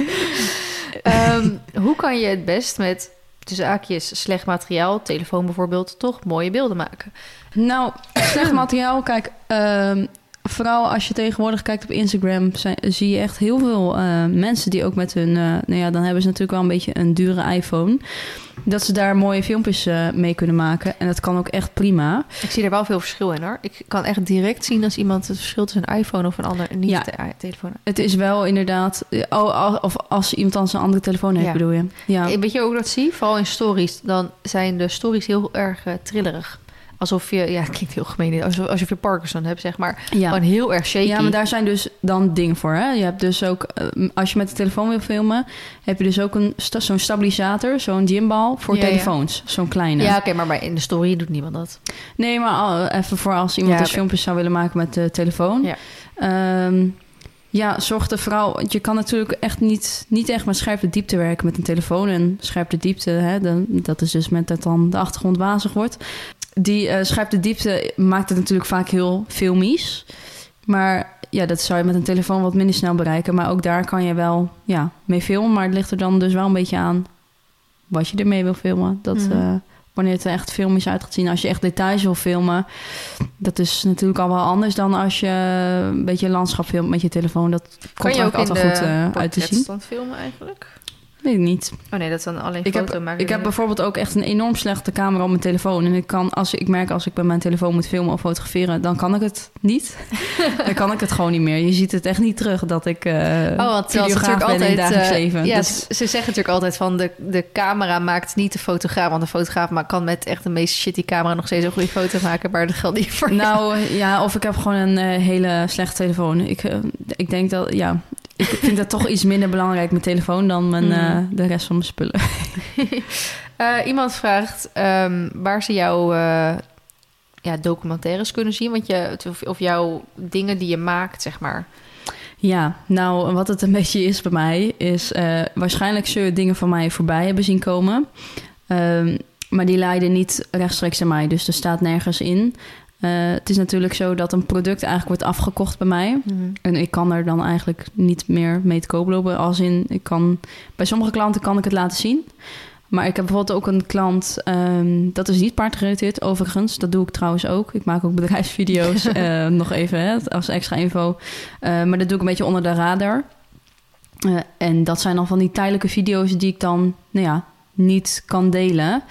um, hoe kan je het best met, tussen haakjes, slecht materiaal, telefoon bijvoorbeeld, toch mooie beelden maken? Nou, slecht materiaal, kijk... Um, Vooral als je tegenwoordig kijkt op Instagram... Zijn, zie je echt heel veel uh, mensen die ook met hun... Uh, nou ja, dan hebben ze natuurlijk wel een beetje een dure iPhone... dat ze daar mooie filmpjes uh, mee kunnen maken. En dat kan ook echt prima. Ik zie er wel veel verschil in, hoor. Ik kan echt direct zien als iemand het verschil tussen een iPhone of een ander niet ja, te- telefoon. Het is wel inderdaad... Oh, of als iemand dan een andere telefoon heeft, ja. bedoel je? Ja. Weet je ook dat zie? Vooral in stories. Dan zijn de stories heel erg uh, trillerig. Alsof je, ja, klinkt heel gemeen, alsof, alsof je Parkinson hebt, zeg maar. Ja. Gewoon heel erg shaky. Ja, maar daar zijn dus dan dingen voor, hè? Je hebt dus ook, als je met de telefoon wil filmen... heb je dus ook een sta- zo'n stabilisator, zo'n gimbal voor ja, telefoons. Ja. Zo'n kleine. Ja, oké, okay, maar bij in de story doet niemand dat. Nee, maar al, even voor als iemand ja, dus okay. filmpjes zou willen maken met de telefoon. Ja. Um, ja, zorg er vooral... Want je kan natuurlijk echt niet, niet echt met scherpe diepte werken met een telefoon. En scherpe diepte, hè, dan, dat is dus met dat dan de achtergrond wazig wordt... Die uh, scherpe diepte maakt het natuurlijk vaak heel filmisch. Maar ja, dat zou je met een telefoon wat minder snel bereiken. Maar ook daar kan je wel ja, mee filmen. Maar het ligt er dan dus wel een beetje aan wat je ermee wil filmen. Dat, mm-hmm. uh, wanneer het er echt filmisch uit gaat zien. Als je echt details wil filmen, dat is natuurlijk al wel anders dan als je een beetje landschap filmt met je telefoon. Dat komt er ook altijd wel goed uh, uit te zien. Kan je filmen eigenlijk? Weet ik niet. Oh nee, dat is dan alleen ik foto heb, maken. Ik heb bijvoorbeeld ook echt een enorm slechte camera op mijn telefoon. En ik kan, als ik merk als ik bij mijn telefoon moet filmen of fotograferen, dan kan ik het niet. Dan kan ik het gewoon niet meer. Je ziet het echt niet terug dat ik uh, oh, want videograaf ben altijd, in het dagelijks uh, leven. Ja, dus, ze zeggen natuurlijk altijd van de, de camera maakt niet de fotograaf. Want de fotograaf kan met echt de meest shitty camera nog steeds een goede foto maken. Maar dat geldt niet voor Nou jou. Ja, of ik heb gewoon een uh, hele slechte telefoon. Ik, uh, ik denk dat, ja... Ik vind dat toch iets minder belangrijk, mijn telefoon, dan mijn, mm. uh, de rest van mijn spullen. uh, iemand vraagt um, waar ze jouw uh, ja, documentaires kunnen zien. Want je, of, of jouw dingen die je maakt, zeg maar. Ja, nou, wat het een beetje is bij mij, is uh, waarschijnlijk zul je dingen van mij voorbij hebben zien komen. Um, maar die leiden niet rechtstreeks naar mij, dus er staat nergens in. Uh, het is natuurlijk zo dat een product eigenlijk wordt afgekocht bij mij. Mm-hmm. En ik kan er dan eigenlijk niet meer mee te koop lopen. Als in, ik kan, bij sommige klanten kan ik het laten zien. Maar ik heb bijvoorbeeld ook een klant, um, dat is niet paardgerelateerd overigens. Dat doe ik trouwens ook. Ik maak ook bedrijfsvideo's, uh, nog even hè, als extra info. Uh, maar dat doe ik een beetje onder de radar. Uh, en dat zijn dan van die tijdelijke video's die ik dan, nou ja, niet kan delen.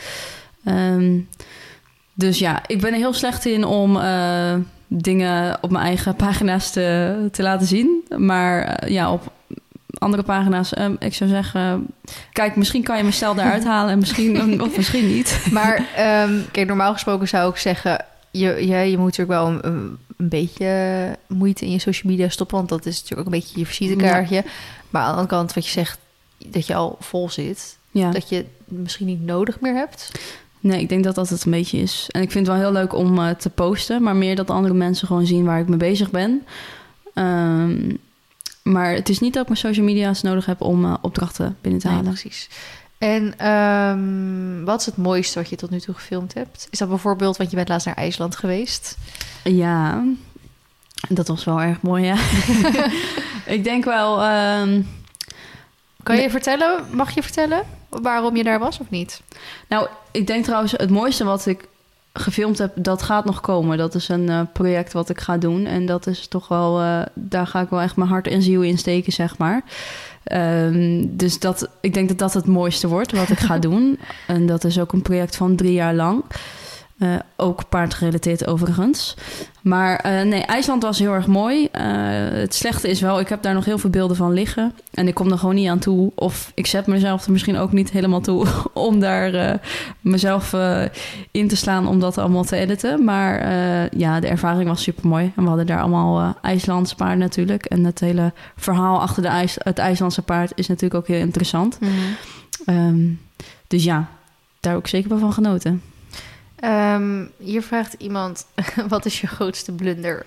Um, Dus ja, ik ben er heel slecht in om uh, dingen op mijn eigen pagina's te, te laten zien. Maar uh, ja, op andere pagina's, um, ik zou zeggen... Kijk, misschien kan je mijn stijl daaruit halen en misschien, of misschien niet. Maar um, kijk, normaal gesproken zou ik zeggen... Je, ja, je moet natuurlijk wel een, een beetje moeite in je social media stoppen... want dat is natuurlijk ook een beetje je visitekaartje. Ja. Maar aan de andere kant, wat je zegt, dat je al vol zit... Ja. Dat je het misschien niet nodig meer hebt... Nee, ik denk dat dat het een beetje is. En ik vind het wel heel leuk om uh, te posten... maar meer dat andere mensen gewoon zien waar ik mee bezig ben. Um, maar het is niet dat ik mijn social media's nodig heb... om uh, opdrachten binnen te halen. Nee, precies. En um, wat is het mooiste wat je tot nu toe gefilmd hebt? Is dat bijvoorbeeld, want je bent laatst naar IJsland geweest? Ja, dat was wel erg mooi, ja. Ik denk wel... Um, kan je nee. vertellen, mag je vertellen waarom je daar was of niet? Nou, ik denk trouwens het mooiste wat ik gefilmd heb, dat gaat nog komen. Dat is een uh, project wat ik ga doen. En dat is toch wel, uh, daar ga ik wel echt mijn hart en ziel in steken, zeg maar. Um, dus dat, ik denk dat dat het mooiste wordt wat ik ga doen. En dat is ook een project van drie jaar lang. Uh, ook paardgerelateerd overigens. Maar uh, nee, IJsland was heel erg mooi. Uh, het slechte is wel, ik heb daar nog heel veel beelden van liggen. En ik kom er gewoon niet aan toe. Of ik zet mezelf er misschien ook niet helemaal toe... om daar uh, mezelf uh, in te slaan om dat allemaal te editen. Maar uh, ja, de ervaring was super mooi. En we hadden daar allemaal uh, IJslandse paard natuurlijk. En het hele verhaal achter de IJs, het IJslandse paard... is natuurlijk ook heel interessant. Mm-hmm. Um, dus ja, daar heb ik zeker wel van genoten. Um, hier vraagt iemand, wat is je grootste blunder?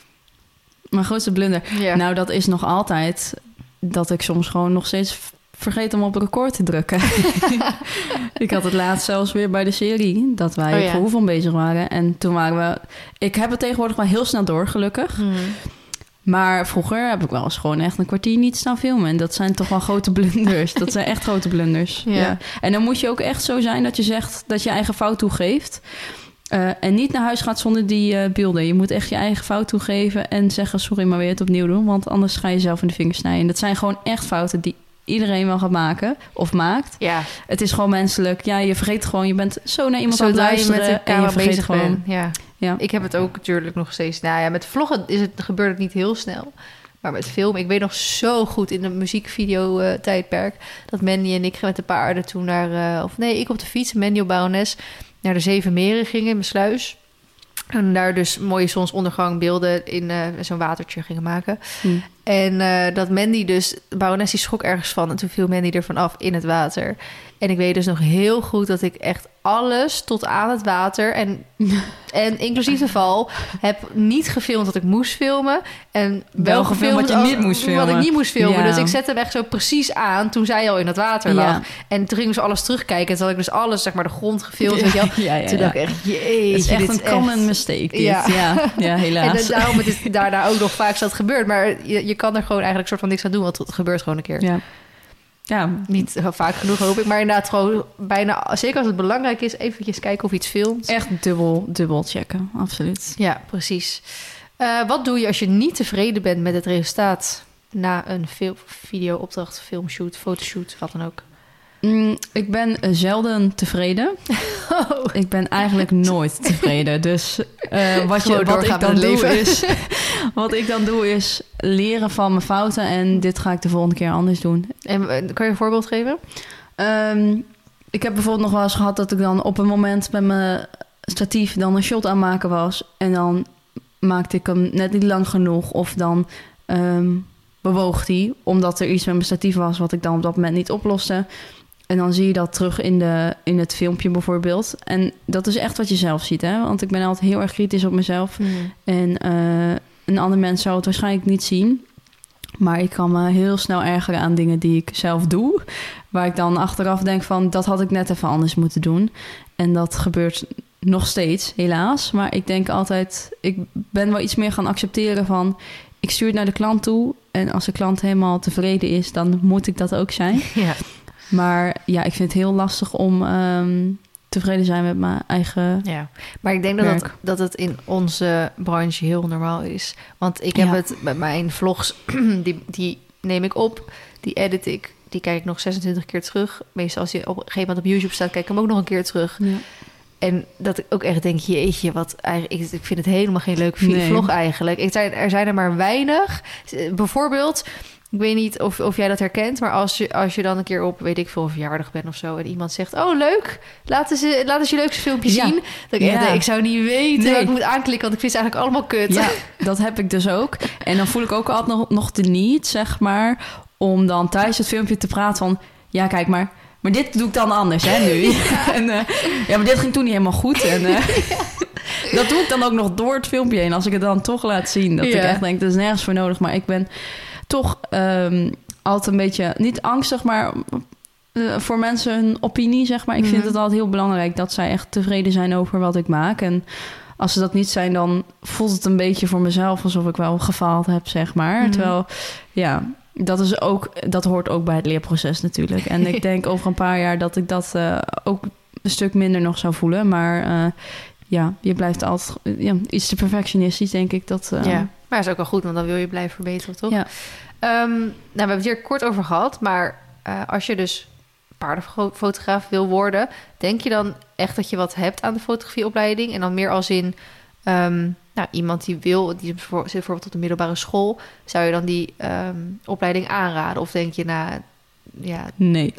Mijn grootste blunder? Ja. Nou, dat is nog altijd dat ik soms gewoon nog steeds vergeet om op record te drukken. Ik had het laatst zelfs weer bij de serie, dat wij oh, ja. voor hoeveel bezig waren. En toen waren we... Ik heb het tegenwoordig wel heel snel door, gelukkig. Hmm. Maar vroeger heb ik wel eens gewoon echt een kwartier niet staan filmen. En dat zijn toch wel grote blunders. Dat zijn echt grote blunders. Ja. Ja. En dan moet je ook echt zo zijn dat je zegt dat je eigen fout toegeeft. Uh, en niet naar huis gaat zonder die uh, beelden. Je moet echt je eigen fout toegeven en zeggen... sorry, maar weer het opnieuw doen. Want anders ga je zelf in de vingers snijden. En dat zijn gewoon echt fouten die iedereen wel gaat maken of maakt. Ja. Het is gewoon menselijk. Ja, je vergeet gewoon. Je bent zo naar iemand zo aan het luisteren met de en je vergeet bezig gewoon. Ben. Ja. Ja. Ik heb het ook natuurlijk nog steeds... Nou ja, met vloggen is het, gebeurt het niet heel snel. Maar met filmen... Ik weet nog zo goed in de muziekvideo-tijdperk... dat Mandy en ik met de paarden toen naar... Uh, of nee, ik op de fiets, Mandy op Barones... naar de Zeven Meren gingen in mijn sluis. En daar dus mooie zonsondergangbeelden in uh, zo'n watertje gingen maken. Hmm. En uh, dat Mandy dus... Barones die schrok ergens van... en toen viel Mandy ervan af in het water... En ik weet dus nog heel goed dat ik echt alles tot aan het water... en, en inclusief de val, heb niet gefilmd wat ik moest filmen. En wel, wel gefilmd wat je niet moest filmen. Wat ik niet moest filmen. Ja. Dus ik zette hem echt zo precies aan toen zij al in het water lag. Ja. En toen gingen ze alles terugkijken. En toen had ik dus alles, zeg maar, de grond gefilmd. Ja, weet je wel. Ja, ja, toen ja. dacht ik echt, jeetje. Het is echt een common mistake, dit. Ja, ja, ja helaas. En daarom is het daarna ook nog vaak dat gebeurt. Maar je, je kan er gewoon eigenlijk soort van niks aan doen. Want het gebeurt gewoon een keer. Ja. Ja. Niet heel vaak genoeg, hoop ik. Maar inderdaad gewoon bijna, zeker als het belangrijk is, eventjes kijken of iets filmt. Echt dubbel, dubbel checken, absoluut. Ja, precies. Uh, wat doe je als je niet tevreden bent met het resultaat na een fil- video-opdracht, filmshoot, fotoshoot, wat dan ook? Mm, ik ben zelden tevreden. Oh. Ik ben eigenlijk nooit tevreden. Dus uh, wat, je, wat ik dan doe is, wat ik dan doe is leren van mijn fouten en dit ga ik de volgende keer anders doen. En kan je een voorbeeld geven? Um, ik heb bijvoorbeeld nog wel eens gehad dat ik dan op een moment met mijn statief dan een shot aan maken was en dan maakte ik hem net niet lang genoeg of dan um, bewoog die omdat er iets met mijn statief was wat ik dan op dat moment niet oploste. En dan zie je dat terug in, de, in het filmpje bijvoorbeeld. En dat is echt wat je zelf ziet, hè? Want ik ben altijd heel erg kritisch op mezelf. Mm. En uh, een ander mens zou het waarschijnlijk niet zien. Maar ik kan me heel snel ergeren aan dingen die ik zelf doe. Waar ik dan achteraf denk van, dat had ik net even anders moeten doen. En dat gebeurt nog steeds, helaas. Maar ik denk altijd, ik ben wel iets meer gaan accepteren van, ik stuur het naar de klant toe. En als de klant helemaal tevreden is, dan moet ik dat ook zijn. Ja. Maar ja, ik vind het heel lastig om um, tevreden zijn met mijn eigen Ja, maar ik denk dat, dat, dat het in onze branche heel normaal is. Want ik heb ja. het met mijn vlogs, die, die neem ik op, die edit ik, die kijk ik nog zesentwintig keer terug. Meestal als je op een gegeven moment op YouTube staat, kijk ik hem ook nog een keer terug. Ja. En dat ik ook echt denk, jeetje, wat eigenlijk, ik, ik vind het helemaal geen leuke nee. vlog eigenlijk. Ik, er zijn er maar weinig. Bijvoorbeeld, ik weet niet of, of jij dat herkent, maar als je, als je dan een keer op, weet ik veel, een verjaardag bent of zo, en iemand zegt, oh leuk, laat eens, laat eens je leukste filmpje ja. zien. Dan ik, echt, ja. ik zou niet weten nee. wat ik moet aanklikken, want ik vind het eigenlijk allemaal kut. Ja, dat heb ik dus ook. En dan voel ik ook altijd nog, nog de need, zeg maar, om dan tijdens het filmpje te praten van, ja kijk maar, maar dit doe ik dan anders, hè, nu. Ja, en, uh, ja maar dit ging toen niet helemaal goed. En uh, ja. dat doe ik dan ook nog door het filmpje heen, als ik het dan toch laat zien. Dat ja. ik echt denk, dat is nergens voor nodig, maar ik ben toch um, altijd een beetje, niet angstig, maar uh, voor mensen hun opinie, zeg maar. Ik mm-hmm. vind het altijd heel belangrijk dat zij echt tevreden zijn over wat ik maak. En als ze dat niet zijn, dan voelt het een beetje voor mezelf alsof ik wel gefaald heb, zeg maar. Mm-hmm. Terwijl, ja, dat is ook, dat hoort ook bij het leerproces natuurlijk. En ik denk over een paar jaar dat ik dat uh, ook een stuk minder nog zou voelen. Maar uh, ja, je blijft altijd ja, iets te perfectionistisch, denk ik. Dat, uh, ja. Maar dat is ook wel goed, want dan wil je blijven verbeteren, toch? Ja. Um, nou, we hebben het hier kort over gehad, maar uh, als je dus paardenfotograaf wil worden, denk je dan echt dat je wat hebt aan de fotografieopleiding? En dan meer als in um, nou, iemand die wil, die zit bijvoorbeeld op de middelbare school, zou je dan die um, opleiding aanraden? Of denk je, nou, ja... Nee.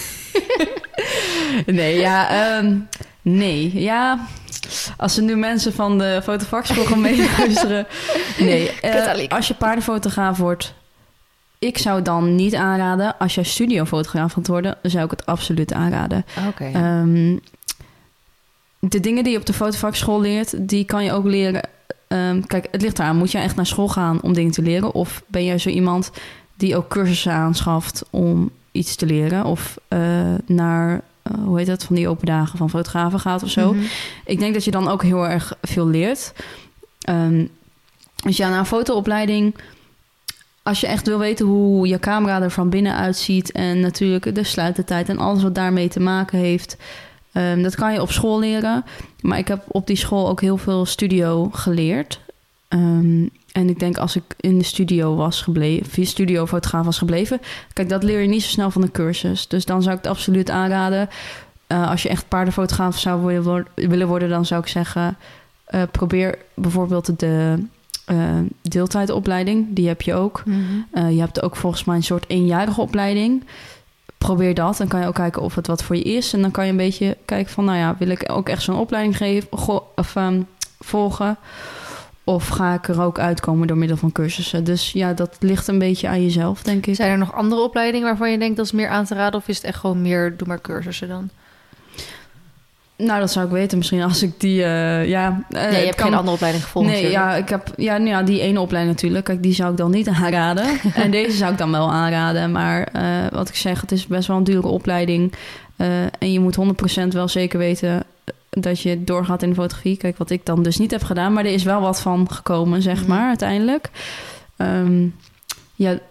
nee, ja, um, nee, ja... Als er nu mensen van de fotovakschool gaan meeluisteren. Nee, uh, als je paardenfotograaf wordt, ik zou dan niet aanraden. Als je studiofotograaf gaat worden, zou ik het absoluut aanraden. Okay. Um, de dingen die je op de fotovakschool leert, die kan je ook leren. Um, kijk, het ligt eraan. Moet je echt naar school gaan om dingen te leren? Of ben jij zo iemand die ook cursussen aanschaft om iets te leren? Of uh, naar... Uh, hoe heet dat, van die open dagen van fotografen gaat of zo. Mm-hmm. Ik denk dat je dan ook heel erg veel leert. Um, dus ja, na een fotoopleiding, als je echt wil weten hoe je camera er van binnen uitziet en natuurlijk de sluitertijd en alles wat daarmee te maken heeft, um, dat kan je op school leren. Maar ik heb op die school ook heel veel studio geleerd. Um, en ik denk als ik in de studio was gebleven, studiofotograaf was gebleven, kijk, dat leer je niet zo snel van een cursus. Dus dan zou ik het absoluut aanraden. Uh, als je echt paardenfotograaf zou willen worden, willen worden, dan zou ik zeggen, uh, probeer bijvoorbeeld de uh, deeltijdopleiding. Die heb je ook. Mm-hmm. Uh, je hebt ook volgens mij een soort eenjarige opleiding. Probeer dat. Dan kan je ook kijken of het wat voor je is. En dan kan je een beetje kijken van, nou ja, wil ik ook echt zo'n opleiding geven go- of um, volgen? Of ga ik er ook uitkomen door middel van cursussen? Dus ja, dat ligt een beetje aan jezelf, denk ik. Zijn er nog andere opleidingen waarvan je denkt dat is meer aan te raden? Of is het echt gewoon meer, doe maar cursussen dan? Nou, dat zou ik weten. Misschien als ik die... Uh, ja, uh, nee, je hebt kan... geen andere opleiding gevolgd. Nee, ja, ik heb, ja, nou ja, die ene opleiding natuurlijk. Kijk, die zou ik dan niet aanraden. En deze zou ik dan wel aanraden. Maar uh, wat ik zeg, het is best wel een dure opleiding. Uh, en je moet honderd procent wel zeker weten dat je doorgaat in de fotografie. Kijk, wat ik dan dus niet heb gedaan. Maar er is wel wat van gekomen, zeg maar, mm. uiteindelijk. Um, ja,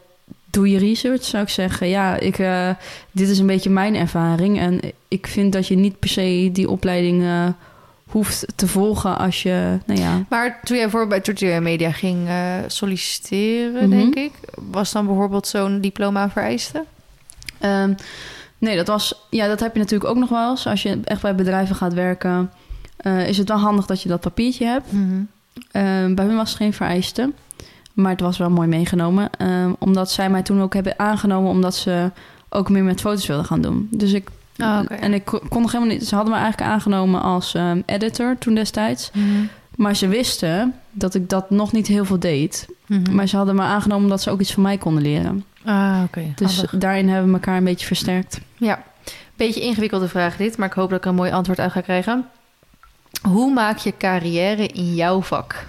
doe je research, zou ik zeggen. Ja, ik, uh, dit is een beetje mijn ervaring. En ik vind dat je niet per se die opleiding uh, hoeft te volgen als je, nou ja... Maar toen jij bijvoorbeeld bij Tortilla Media ging uh, solliciteren, mm-hmm. denk ik... was dan bijvoorbeeld zo'n diploma vereiste? Um, nee, dat was... Ja, dat heb je natuurlijk ook nog wel eens. Als je echt bij bedrijven gaat werken... Uh, is het wel handig dat je dat papiertje hebt. Mm-hmm. Uh, bij hun was het geen vereiste... Maar het was wel mooi meegenomen. Um, omdat zij mij toen ook hebben aangenomen... omdat ze ook meer met foto's wilden gaan doen. Dus ik... Oh, okay. En ik kon nog helemaal niet... Ze hadden me eigenlijk aangenomen als um, editor toen destijds. Mm-hmm. Maar ze wisten dat ik dat nog niet heel veel deed. Mm-hmm. Maar ze hadden me aangenomen omdat ze ook iets van mij konden leren. Ah, oké. Okay. Dus handig. Daarin hebben we elkaar een beetje versterkt. Ja, beetje ingewikkelde vraag dit... maar ik hoop dat ik er een mooi antwoord uit ga krijgen. Hoe maak je carrière in jouw vak?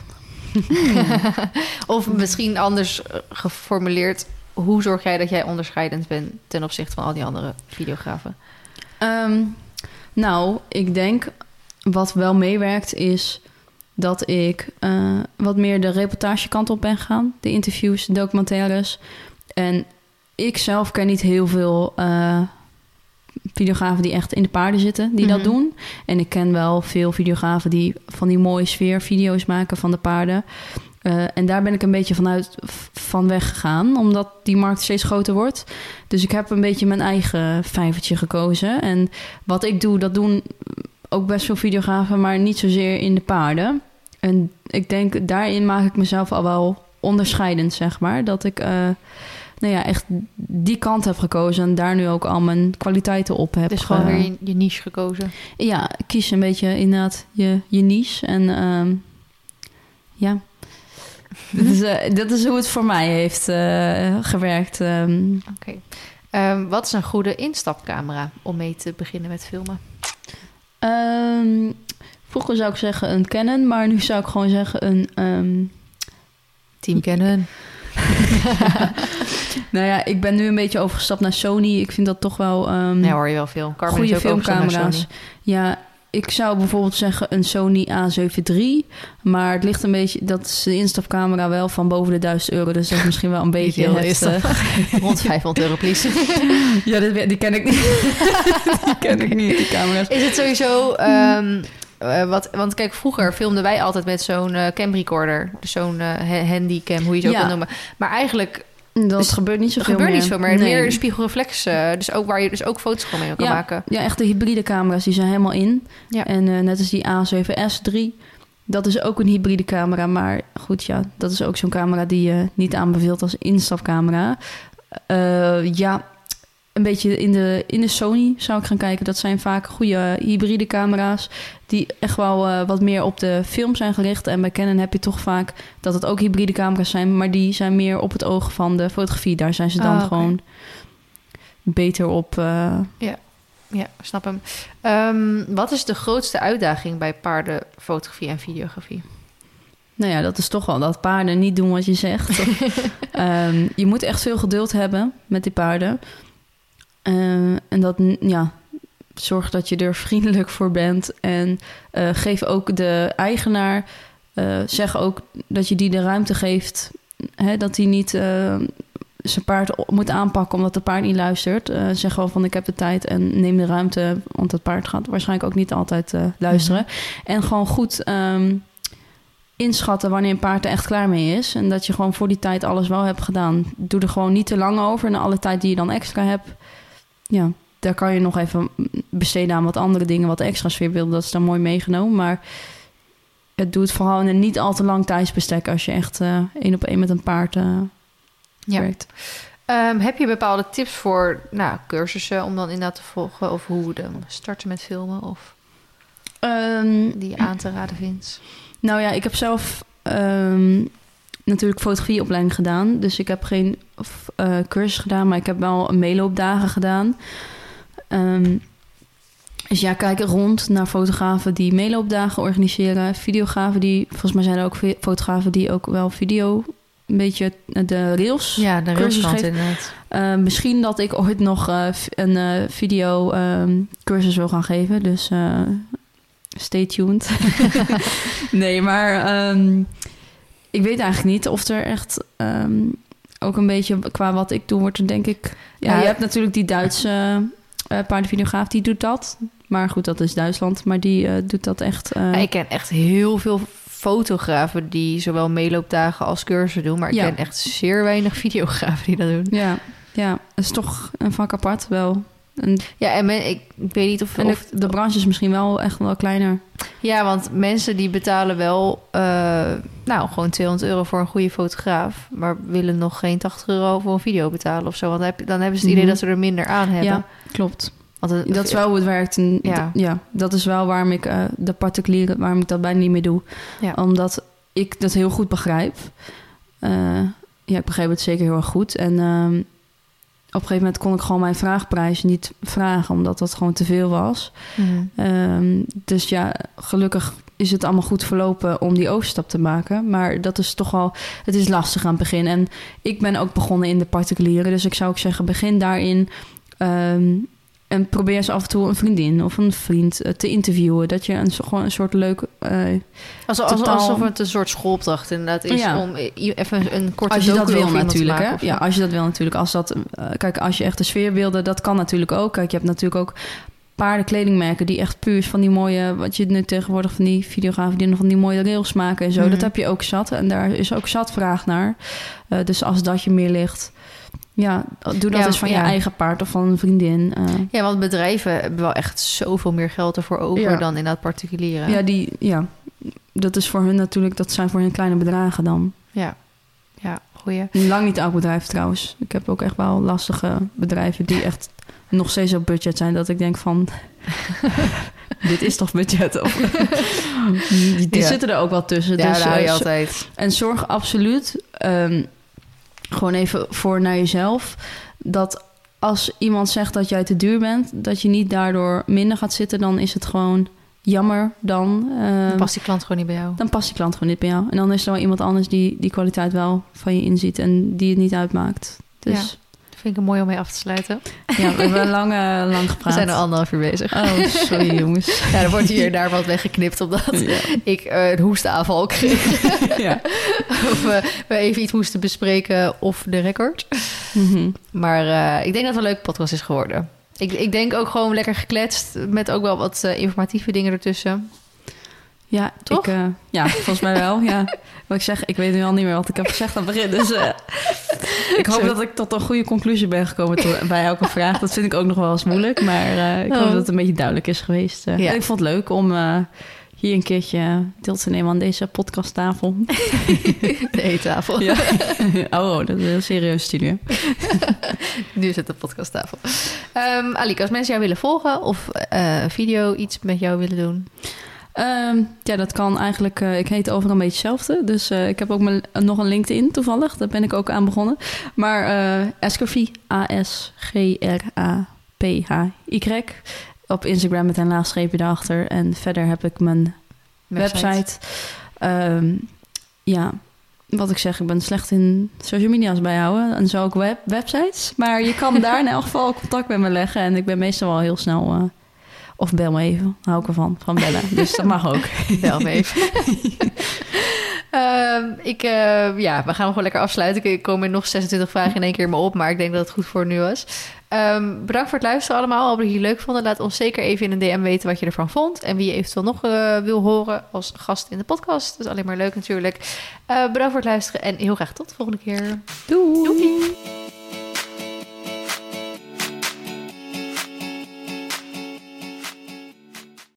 Of misschien anders geformuleerd... hoe zorg jij dat jij onderscheidend bent... ten opzichte van al die andere videografen? Um, nou, ik denk... wat wel meewerkt is... dat ik uh, wat meer de reportagekant op ben gegaan. De interviews, de documentaires. En ik zelf ken niet heel veel... Uh, videografen die echt in de paarden zitten, die mm-hmm. dat doen. En ik ken wel veel videografen die van die mooie sfeervideo's maken van de paarden. Uh, en daar ben ik een beetje vanuit van weggegaan, omdat die markt steeds groter wordt. Dus ik heb een beetje mijn eigen vijvertje gekozen. En wat ik doe, dat doen ook best veel videografen, maar niet zozeer in de paarden. En ik denk, daarin maak ik mezelf al wel onderscheidend, zeg maar. Dat ik... Uh, nou ja, echt die kant heb gekozen... en daar nu ook al mijn kwaliteiten op heb. Dus gewoon uh, weer je, je niche gekozen. Ja, kies een beetje inderdaad je, je niche. En um, ja, dat, is, uh, dat is hoe het voor mij heeft uh, gewerkt. Um. Oké. Okay. Um, wat is een goede instapcamera om mee te beginnen met filmen? Um, vroeger zou ik zeggen een Canon... maar nu zou ik gewoon zeggen een... Um, Team Canon. Nou ja, ik ben nu een beetje overgestapt naar Sony. Ik vind dat toch wel... Um, nee, hoor je wel veel. Carmen goede filmcamera's. Ja, ik zou bijvoorbeeld zeggen een Sony A zeven drie. Maar het ligt een beetje... Dat is de instapcamera wel van boven de duizend euro. Dus dat is misschien wel een beetje... Heel het, uh, rond vijfhonderd euro, please. Ja, die, die ken ik niet. Die ken ik niet, die camera's. Is het sowieso... Um, Uh, wat, want kijk, vroeger filmden wij altijd met zo'n uh, camrecorder. Dus zo'n uh, handycam, hoe je het ook ja. kan noemen. Maar eigenlijk... Dat dus gebeurt niet zoveel gebeurt meer. niet zoveel meer. Nee. Meer spiegelreflex. Uh, dus ook waar je dus ook foto's gewoon mee kan ja, maken. Ja, echt de hybride camera's, die zijn helemaal in. Ja. En uh, net als die A zeven S drie... Dat is ook een hybride camera. Maar goed, ja, dat is ook zo'n camera die je niet aanbeveelt als instapcamera. Uh, ja... Een beetje in de, in de Sony zou ik gaan kijken. Dat zijn vaak goede hybride camera's... die echt wel uh, wat meer op de film zijn gericht. En bij Canon heb je toch vaak dat het ook hybride camera's zijn... maar die zijn meer op het oog van de fotografie. Daar zijn ze dan oh, okay. gewoon beter op. Uh... Ja. ja, snap hem. Um, wat is de grootste uitdaging bij paardenfotografie en videografie? Nou ja, dat is toch wel dat paarden niet doen wat je zegt. um, je moet echt veel geduld hebben met die paarden... Uh, en dat, ja, zorg dat je er vriendelijk voor bent. En uh, geef ook de eigenaar, uh, zeg ook dat je die de ruimte geeft. Hè, dat hij niet uh, zijn paard moet aanpakken omdat het paard niet luistert. Uh, zeg gewoon van ik heb de tijd en neem de ruimte. Want het paard gaat waarschijnlijk ook niet altijd uh, luisteren. Mm-hmm. En gewoon goed um, inschatten wanneer een paard er echt klaar mee is. En dat je gewoon voor die tijd alles wel hebt gedaan. Doe er gewoon niet te lang over. En alle tijd die je dan extra hebt... Ja, daar kan je nog even besteden aan wat andere dingen... wat extra sfeer wil, dat is dan mooi meegenomen. Maar het doet vooral in een niet al te lang tijdsbestek... als je echt uh, één op één met een paard uh, ja. werkt. Um, heb je bepaalde tips voor nou, cursussen om dan inderdaad te volgen... of hoe de starten met filmen of um, die je aan te raden vindt? Nou ja, ik heb zelf... Um, natuurlijk fotografieopleiding gedaan. Dus ik heb geen uh, cursus gedaan, maar ik heb wel meeloopdagen gedaan. Um, dus ja, kijk rond naar fotografen die meeloopdagen organiseren. Videografen die, volgens mij zijn er ook fotografen die ook wel video, een beetje de rails. Ja, de railskant inderdaad. Uh, misschien dat ik ooit nog uh, een uh, video um, cursus wil gaan geven. Dus uh, stay tuned. Nee, maar... Um, ik weet eigenlijk niet of er echt um, ook een beetje qua wat ik doe, wordt er denk ik... Ja, Ja. je hebt natuurlijk die Duitse uh, paardenvideograaf, die doet dat. Maar goed, dat is Duitsland. Maar die uh, doet dat echt... Uh... Ja, ik ken echt heel veel fotografen die zowel meeloopdagen als cursussen doen. Maar ik Ja. ken echt zeer weinig videografen die dat doen. Ja, ja, dat is toch een vak apart wel. En, Ja, en men, ik, ik weet niet of... en of de, de branche is misschien wel echt wel kleiner. Ja, want mensen die betalen wel... Uh, nou, gewoon tweehonderd euro voor een goede fotograaf... maar willen nog geen tachtig euro voor een video betalen of zo. Want dan, heb, dan hebben ze het idee Mhm. dat ze er minder aan hebben. Ja, klopt. Want een, Dat is wel hoe het werkt. En Ja. d- ja, dat is wel waarom ik uh, de particuliere, waarom ik dat bijna niet meer doe. Ja. Omdat ik dat heel goed begrijp. Uh, ja, ik begreep het zeker heel erg goed. En um, op een gegeven moment kon ik gewoon mijn vraagprijs niet vragen, omdat dat gewoon te veel was. Mm. Um, dus ja, gelukkig is het allemaal goed verlopen om die overstap te maken. Maar dat is toch wel... Het is lastig aan het begin. En ik ben ook begonnen in de particuliere. Dus ik zou ook zeggen, begin daarin... Um, en probeer eens af en toe een vriendin of een vriend uh, te interviewen. Dat je een, gewoon een soort leuk... Uh, Alsof, alsof, totaal... alsof het een soort schoolopdracht inderdaad is... Ja. om even een korte als je dat docu wil over iemand te natuurlijk, maken, hè? of Ja, zo. als je dat wil natuurlijk. Als dat, uh, kijk, als je echt de sfeerbeelden... Dat kan natuurlijk ook. Kijk, je hebt natuurlijk ook paardenkledingmerken... die echt puur van die mooie... Wat je nu tegenwoordig van die videografen... die van die mooie rails maken en zo. Mm. Dat heb je ook zat. En daar is ook zat vraag naar. Uh, dus als dat je meer ligt... Ja, doe dat Ja, eens van ja. je eigen paard of van een vriendin. Uh, Ja, want bedrijven hebben wel echt zoveel meer geld ervoor over... Ja. dan inderdaad particulieren. ja, die, ja, dat is voor hun natuurlijk... Dat zijn voor hun kleine bedragen dan. Ja, ja, goeie. Lang niet elk bedrijf trouwens. Ik heb ook echt wel lastige bedrijven... die echt nog steeds op budget zijn. Dat ik denk van... dit is toch budget? Of, die die Ja. zitten er ook wel tussen. Ja, dus, daar hou je uh, altijd. En zorg absoluut... Um, gewoon even voor naar jezelf... dat als iemand zegt dat jij te duur bent... dat je niet daardoor minder gaat zitten... dan is het gewoon jammer. Dan, uh, Dan past die klant gewoon niet bij jou. dan past die klant gewoon niet bij jou. En dan is er wel iemand anders die die kwaliteit wel van je inziet... en die het niet uitmaakt. Dus Ja. Dat vind ik mooi om mee af te sluiten. ja, we hebben lang, uh, lang gepraat. We zijn er anderhalf uur bezig. Oh, sorry jongens. Ja, er wordt hier en daar wat weggeknipt... omdat Ja. ik uh, een hoestaanval kreeg. Ja. Of uh, we even iets moesten bespreken of de record. Mm-hmm. Maar uh, ik denk dat het een leuke podcast is geworden. Ik, ik denk ook gewoon lekker gekletst... met ook wel wat uh, informatieve dingen ertussen. Ja, Toch? Ik, uh, ja, volgens mij wel. Ja. Wat ik zeg, ik weet nu al niet meer wat ik heb gezegd aan het begin. Dus uh, ik hoop Zo. dat ik tot een goede conclusie ben gekomen to- bij elke vraag. Dat vind ik ook nog wel eens moeilijk. Maar uh, ik Oh. hoop dat het een beetje duidelijk is geweest. Uh, Ja. Ik vond het leuk om uh, hier een keertje deel te nemen aan deze podcasttafel. De eettafel. Ja. Oh, dat is een heel serieus studie. Nu is het de podcasttafel. Um, Alika, als mensen jou willen volgen... of uh, video iets met jou willen doen... Um, ja, dat kan eigenlijk... Uh, ik heet overal een beetje hetzelfde. Dus uh, ik heb ook mijn, uh, nog een LinkedIn toevallig. Daar ben ik ook aan begonnen. Maar uh, Askervie, A S G R A P H Y. Op Instagram met een laagstreepje erachter. En verder heb ik mijn website. website. Um, ja, wat ik zeg, ik ben slecht in social media's bijhouden. En zo ook web, websites. Maar je kan daar in elk geval contact met me leggen. En ik ben meestal wel heel snel... Uh, Of bel me even, hou ik ervan, van bellen. Dus dat mag ook. Bel me even. uh, ik, uh, ja, we gaan hem gewoon lekker afsluiten. Ik kom er nog zesentwintig vragen in één keer maar op. Maar ik denk dat het goed voor nu was. Um, bedankt voor het luisteren allemaal. Als je het leuk vonden, laat ons zeker even in een D M weten wat je ervan vond. En wie je eventueel nog uh, wil horen als gast in de podcast. Dat is alleen maar leuk natuurlijk. Uh, bedankt voor het luisteren en heel graag tot de volgende keer. Doei! Doei.